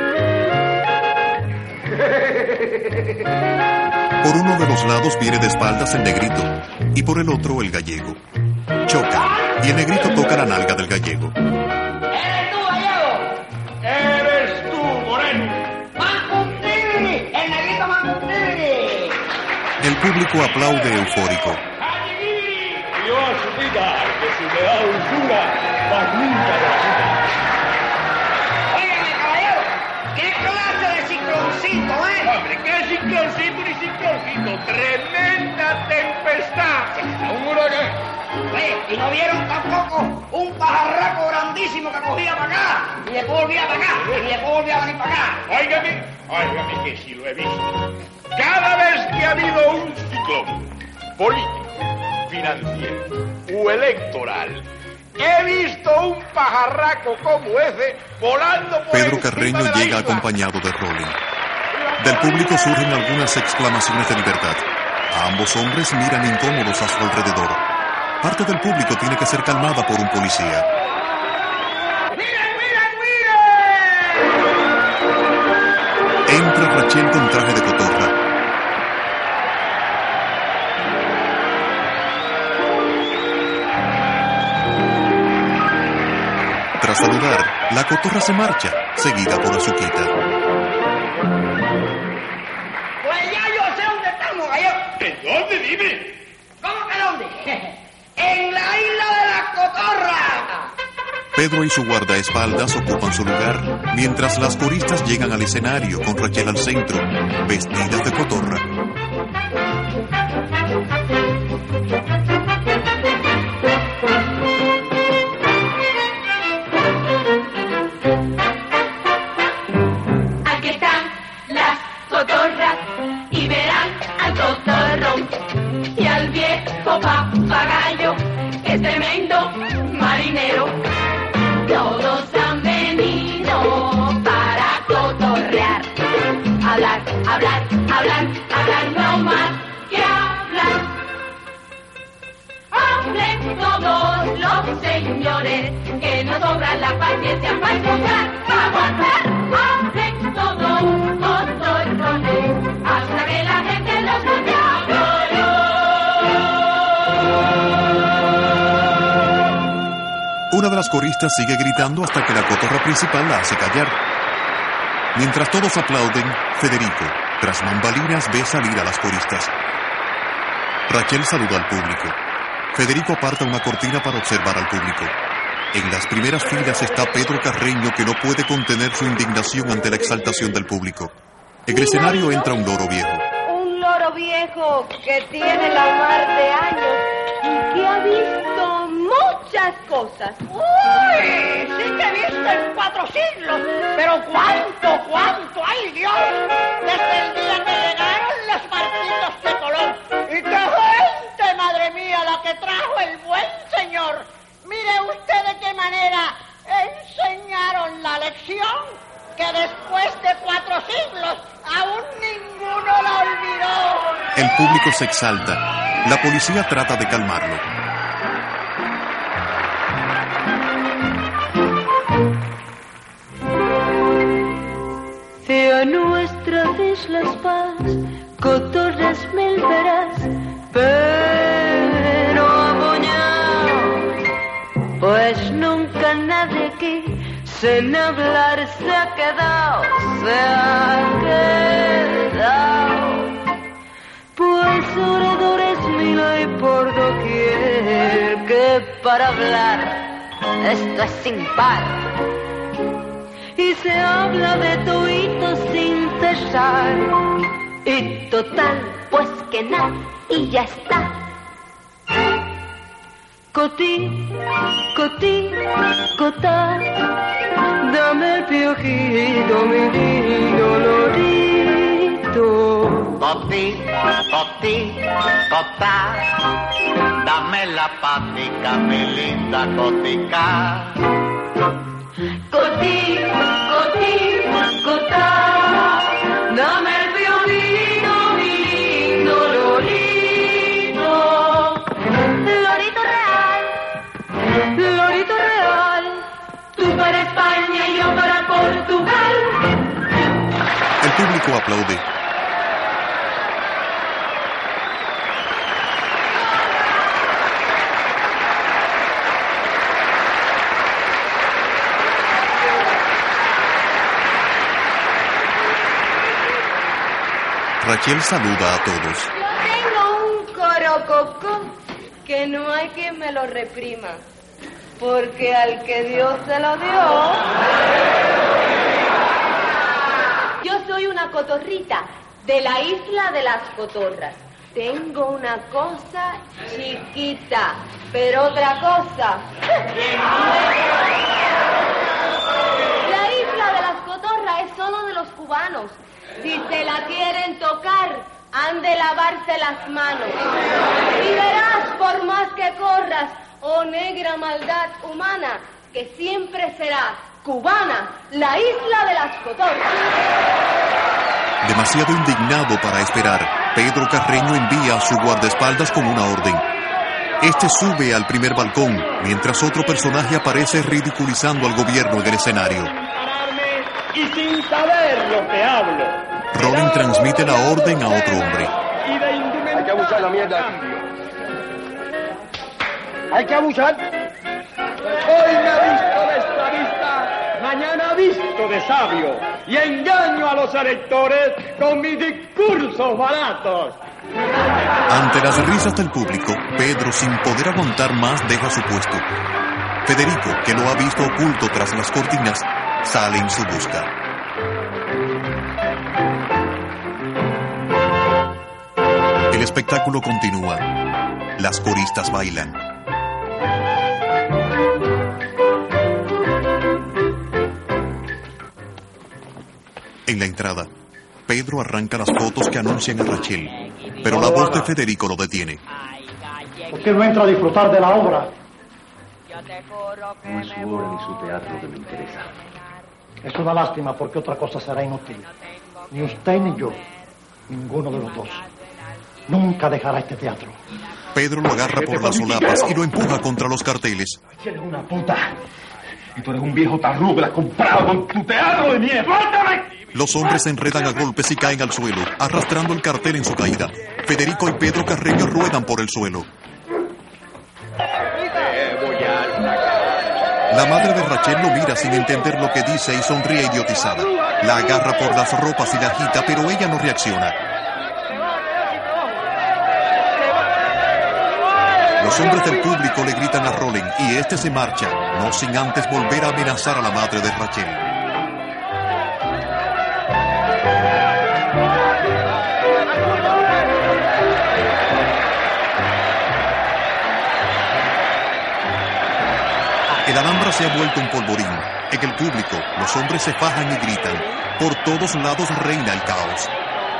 A: Por uno de los lados viene de espaldas el negrito y por el otro el gallego. Chocan y el negrito toca la nalga del gallego.
E: ¡Eres tú, gallego!
Q: ¡Eres tú, moreno!
E: ¡Mancuntibri! ¡El negrito Mancuntibri!
A: El público aplaude eufórico.
Q: Yo, Azuquita, que si me da dulzura, más nunca de la vida.
E: Óigame, caballero, ¿qué clase de cicloncito, eh?
Q: Hombre, ¿qué cicloncito ni cicloncito? ¡Tremenda tempestad! ¡Un huracán!
E: Oye, ¿y no vieron tampoco un pajarraco grandísimo que cogía para acá? Y después volvía para acá, y después volvía a venir para acá.
Q: Óigame, óigame que si lo he visto. Cada vez que ha habido un ciclón político, financiero o electoral, he visto un pajarraco como ese volando por
A: Pedro
Q: encima
A: Carreño
Q: de la
A: llega
Q: isla.
A: acompañado de Rolling. Del público surgen algunas exclamaciones de libertad. A ambos hombres miran incómodos a su alrededor. Parte del público tiene que ser calmada por un policía.
E: ¡Miren, miren, miren!
A: Entra Rachel con traje de cotorra. Tras saludar, la cotorra se marcha, seguida por Azuquita.
E: Pues ya yo sé dónde estamos, gallego.
Q: ¿En dónde, dime?
E: ¿Cómo que dónde? ¡En la isla de la cotorra!
A: Pedro y su guardaespaldas ocupan su lugar, mientras las coristas llegan al escenario con Rachel al centro, vestidas de cotorra.
L: Aquí están las cotorras y verán al cotorrón y al viejo papagayo, que es tremendo marinero. Todos han venido para cotorrear, hablar, hablar, hablar, hablar, no más que hablar. Hablen todos los señores, que no sobra la paciencia para escuchar, para aguantar. Hablen todos cotorrones, hasta que la gente los escuche.
A: Una de las coristas sigue gritando hasta que la cotorra principal la hace callar. Mientras todos aplauden, Federico, tras bambalinas, ve salir a las coristas. Rachel saluda al público. Federico aparta una cortina para observar al público. En las primeras filas está Pedro Carreño, que no puede contener su indignación ante la exaltación del público. En el escenario entra un loro viejo.
G: Un loro viejo que tiene la mar de años y que ha visto muchas cosas.
E: ¡Uy! Sí que he visto en cuatro siglos. Pero ¿cuánto, cuánto? ¡Ay, Dios! Desde el día que llegaron los partidos de color. ¡Y qué gente, madre mía, la que trajo el buen señor! Mire usted de qué manera enseñaron la lección, que después de cuatro siglos aún ninguno la olvidó.
A: El público se exalta. La policía trata de calmarlo.
L: Sea nuestra islas paz, cotorras mil verás, pero aboñado, pues nunca nadie aquí sin hablar se ha quedado, se ha quedado, pues oradores mil hay por doquier. que para hablar esto es sin par. Y se habla de tuito sin cesar. Y total, pues que nada, y ya está. Coti, coti, cotá, dame el piojito, mi lindo lorito.
U: Coti, coti, cotá, dame la patica, mi linda cotica.
L: Coti, coti, cotá, dame el piojito, mi lindo lorito. Lorito real, lorito real, tú para España y yo para Portugal.
A: El público aplaude. Rachel saluda a todos.
B: Tengo un corococó que no hay quien me lo reprima, porque al que Dios se lo dio. Yo soy una cotorrita de la isla de las cotorras. Tengo una cosa chiquita, pero otra cosa. La isla de las cotorras es solo de los cubanos. Si se la quieren tocar, han de lavarse las manos. Y verás, por más que corras, oh negra maldad humana, que siempre será cubana la isla de las cotorras.
A: Demasiado indignado para esperar, Pedro Carreño envía a su guardaespaldas con una orden. Este sube al primer balcón, mientras otro personaje aparece ridiculizando al gobierno en el escenario.
C: Y sin saber lo que hablo.
A: Rollin transmite la orden a otro hombre.
F: Hay que abusar la mierda. Hay que abusar.
C: Hoy me ha visto de estadista, mañana visto de sabio, y engaño a los electores con mis discursos baratos.
A: Ante las risas del público, Pedro, sin poder aguantar más, deja su puesto. Federico, que lo ha visto oculto tras las cortinas, sale en su busca. El espectáculo continúa. Las coristas bailan. En la entrada, Pedro arranca las fotos que anuncian a Rachel, pero la voz de Federico lo detiene.
N: ¿Por qué no entra a disfrutar de la obra?
F: No es su obra ni su teatro que me interesa.
N: Es una lástima porque otra cosa será inútil. Ni usted ni yo, ninguno de los dos, nunca dejará este teatro.
A: Pedro lo agarra por las solapas y lo empuja contra los carteles.
K: Eres una puta. Y tú eres un viejo tarrubla comprado con tu teatro de mierda. ¡Suéltame!
A: Los hombres se enredan a golpes y caen al suelo, arrastrando el cartel en su caída. Federico y Pedro Carreño ruedan por el suelo. La madre de Rachel lo mira sin entender lo que dice y sonríe idiotizada. La agarra por las ropas y la agita, pero ella no reacciona. Los hombres del público le gritan a Rollin y este se marcha, no sin antes volver a amenazar a la madre de Rachel. El Alhambra se ha vuelto un polvorín. En el público, los hombres se fajan y gritan. Por todos lados reina el caos.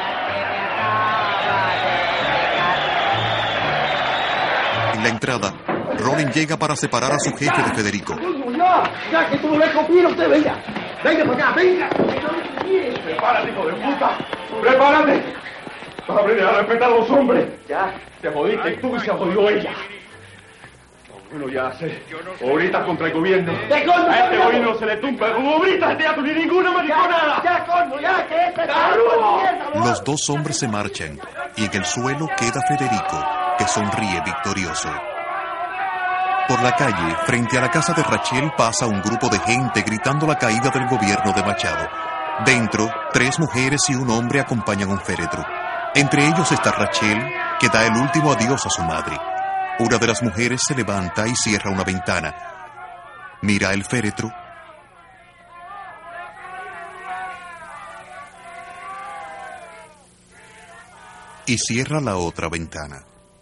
A: En la entrada, Rollin llega para separar a su jefe de Federico.
N: Ya, ya que tú me ves conmigo, usted venga. Venga para acá, venga.
K: Prepárate, hijo de puta. Prepárate. Para aprender a respetar a los hombres.
N: Ya.
K: Te jodiste tú y se jodió ella. Bueno, ya sé. Obritas contra el gobierno.
N: ¡De coño!
K: A este gobierno se le tumba con obritas el teatro ni ninguna mariconada.
N: Ya, coño, ya, que este teatro
A: Los dos hombres se marchan y en el suelo queda Federico, que sonríe victorioso. Por la calle, frente a la casa de Rachel, pasa un grupo de gente gritando la caída del gobierno de Machado. Dentro, tres mujeres y un hombre acompañan un féretro. Entre ellos está Rachel, que da el último adiós a su madre. Una de las mujeres se levanta y cierra una ventana. Mira el féretro. Y cierra la otra ventana.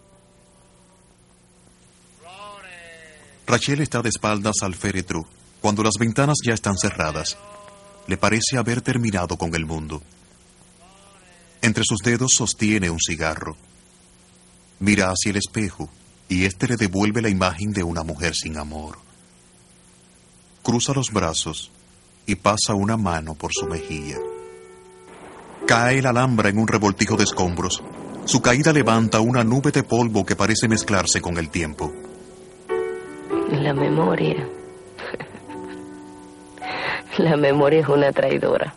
A: Rachel está de espaldas al féretro cuando las ventanas ya están cerradas. Le parece haber terminado con el mundo. Entre sus dedos sostiene un cigarro. Mira hacia el espejo y éste le devuelve la imagen de una mujer sin amor. Cruza los brazos y pasa una mano por su mejilla. Cae la alhambra en un revoltijo de escombros. Su caída levanta una nube de polvo que parece mezclarse con el tiempo.
I: La memoria. La memoria es una traidora.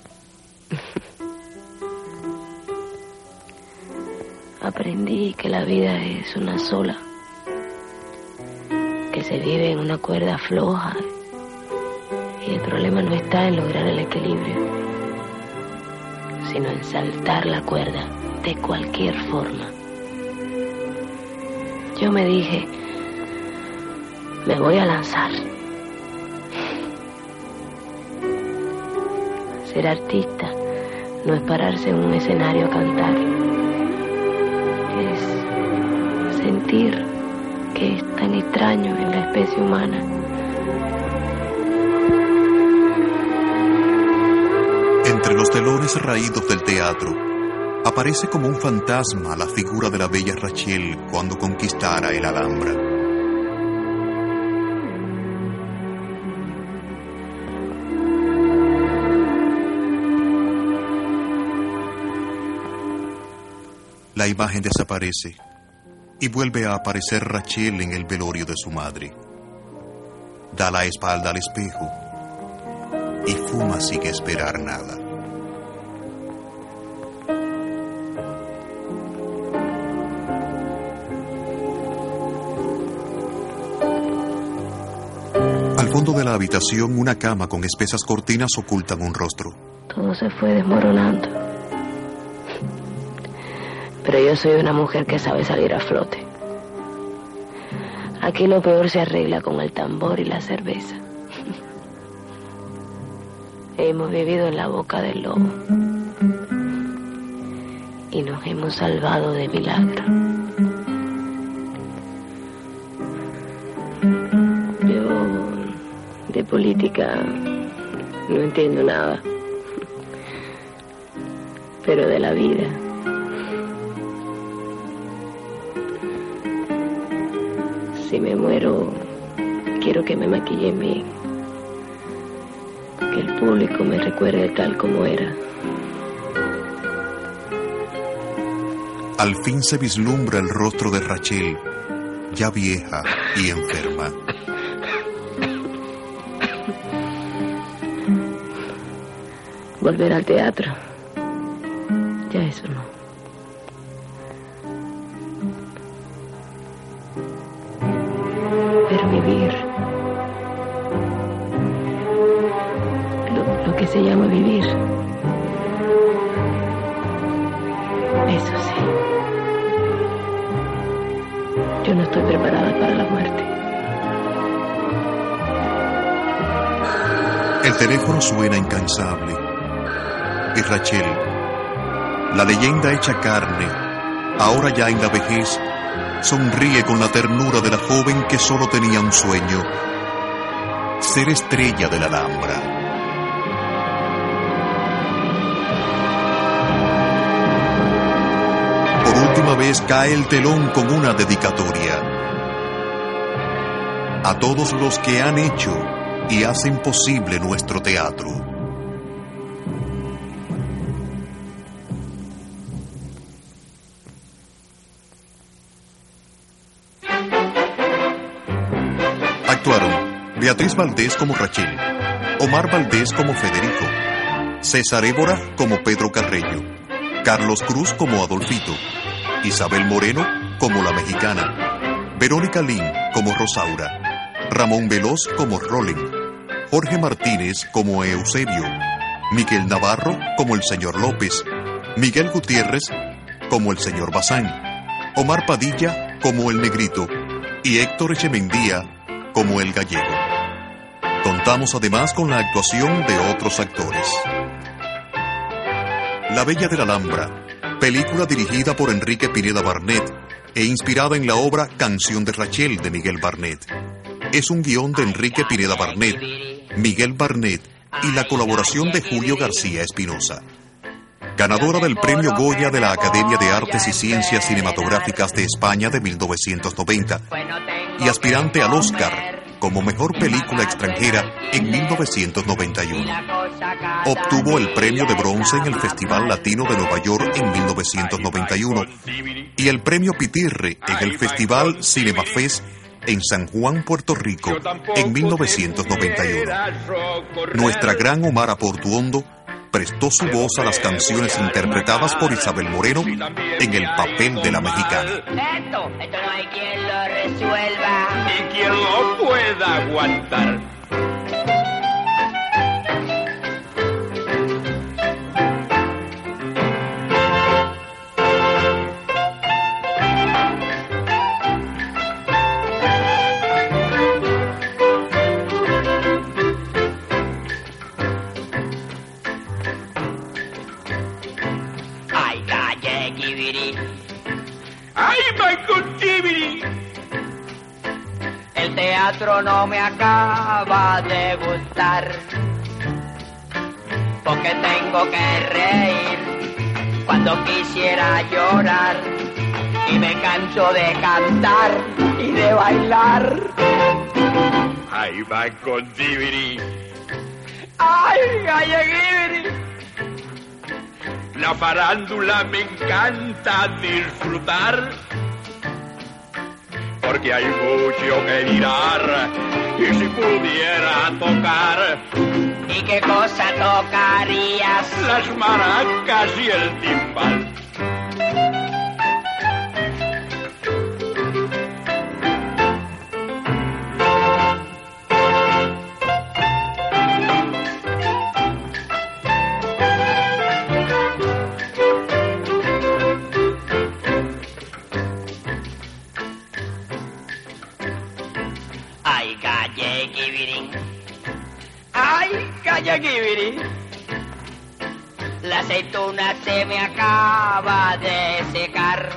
I: Aprendí que la vida es una sola, que se vive en una cuerda floja y el problema no está en lograr el equilibrio, sino en saltar la cuerda de cualquier forma. Yo me dije, me voy a lanzar. Ser artista no es pararse en un escenario a cantar, es sentir que es tan extraño en la especie humana.
A: Entre los telones raídos del teatro, aparece como un fantasma la figura de la bella Rachel cuando conquistara el Alhambra. La imagen desaparece y vuelve a aparecer Rachel en el velorio de su madre. Da la espalda al espejo y fuma sin esperar nada. Al fondo de la habitación, una cama con espesas cortinas ocultan un rostro.
I: Todo se fue desmoronando. Pero yo soy una mujer que sabe salir a flote. Aquí lo peor se arregla con el tambor y la cerveza. Hemos vivido en la boca del lobo y nos hemos salvado de milagro. Yo de política no entiendo nada, pero de la vida si me muero, quiero que me maquillen bien, que el público me recuerde tal como era.
A: Al fin se vislumbra el rostro de Rachel, ya vieja y enferma.
I: Volver al teatro, ya eso no. Pero vivir, lo, lo que se llama vivir, eso sí. Yo no estoy preparada para la muerte.
A: El teléfono suena incansable y Rachel, la leyenda hecha carne, ahora ya en la vejez, sonríe con la ternura de la joven que solo tenía un sueño: ser estrella de la Alhambra. Por última vez cae el telón con una dedicatoria a todos los que han hecho y hacen posible nuestro teatro. Actuaron Beatriz Valdés como Rachel, Omar Valdés como Federico, César Évora como Pedro Carreño, Carlos Cruz como Adolfito, Isabel Moreno como la mexicana, Verónica Lin como Rosaura, Ramón Veloz como Rolen, Jorge Martínez como Eusebio, Miguel Navarro como el señor López, Miguel Gutiérrez como el señor Bazán, Omar Padilla como el Negrito, y Héctor Echemendía como el gallego. Contamos además con la actuación de otros actores. La Bella de la Alhambra, película dirigida por Enrique Pineda Barnett e inspirada en la obra Canción de Rachel de Miguel Barnett. Es un guión de Enrique Pineda Barnett, Miguel Barnett y la colaboración de Julio García Espinosa. Ganadora del Premio Goya de la Academia de Artes y Ciencias Cinematográficas de España de mil novecientos noventa y aspirante al Oscar como Mejor Película Extranjera en mil novecientos noventa y uno. Obtuvo el Premio de Bronce en el Festival Latino de Nueva York en mil novecientos noventa y uno y el Premio Pitirre en el Festival Cinema Fest en San Juan, Puerto Rico, en mil novecientos noventa y uno. Nuestra gran Omara Portuondo prestó su voz a las canciones interpretadas por Isabel Moreno en el papel de la mexicana.
D: Esto, esto no hay quien lo resuelva.
Q: Ni quien lo pueda aguantar.
D: ¡Ay, Maicutibiri! El teatro no me acaba de gustar, porque tengo que reír cuando quisiera llorar, y me canso de cantar y de bailar.
Q: ¡Ay, Maicutibiri!
D: ¡Ay, Galleguibiri!
Q: La farándula me encanta disfrutar, porque hay mucho que mirar, y si pudiera tocar.
D: ¿Y qué cosa tocarías?
Q: Las maracas y el timbal.
D: ¡Ay, Galleguibiri! La aceituna se me acaba de secar.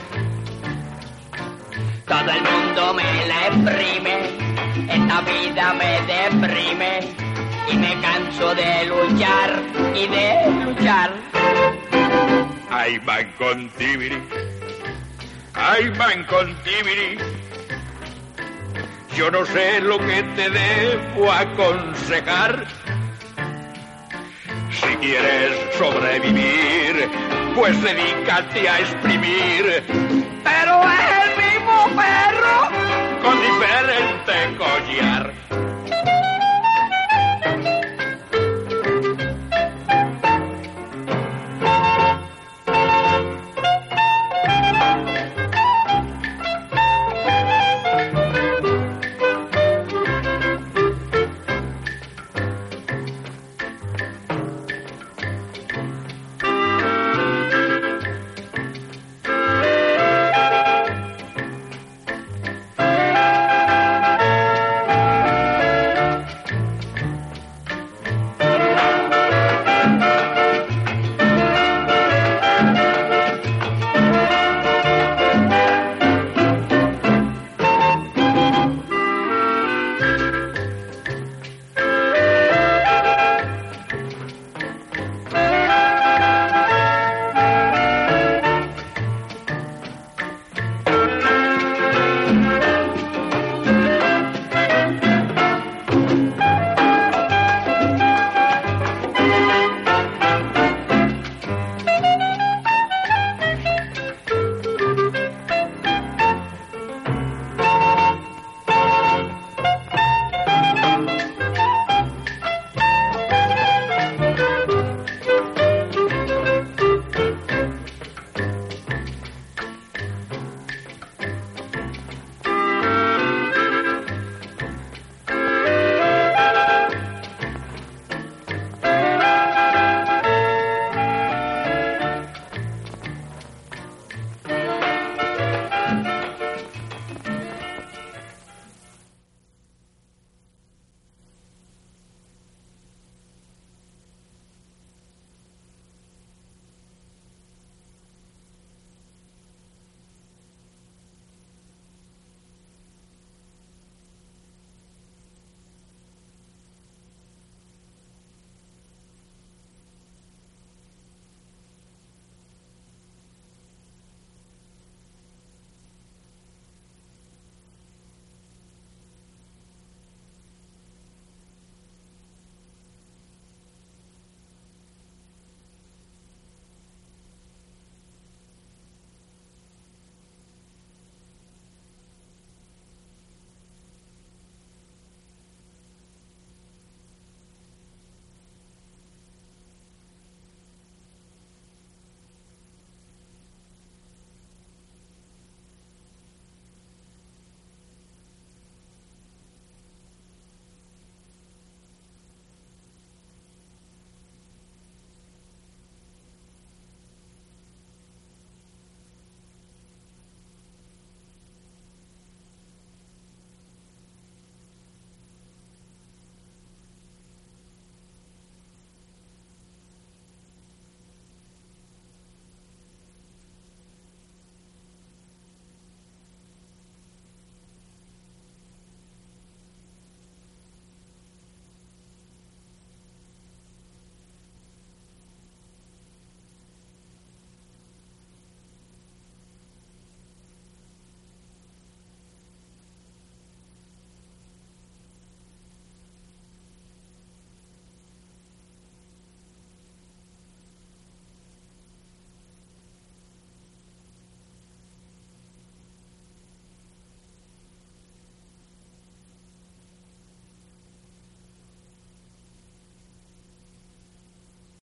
D: Todo el mundo me la exprime, esta vida me deprime, y me canso de luchar y de luchar.
Q: ¡Ay, Maicutibiri! ¡Ay, Maicutibiri! Yo no sé lo que te debo aconsejar. Si quieres sobrevivir, pues dedícate a exprimir.
D: Pero es el mismo perro
Q: con diferente collar.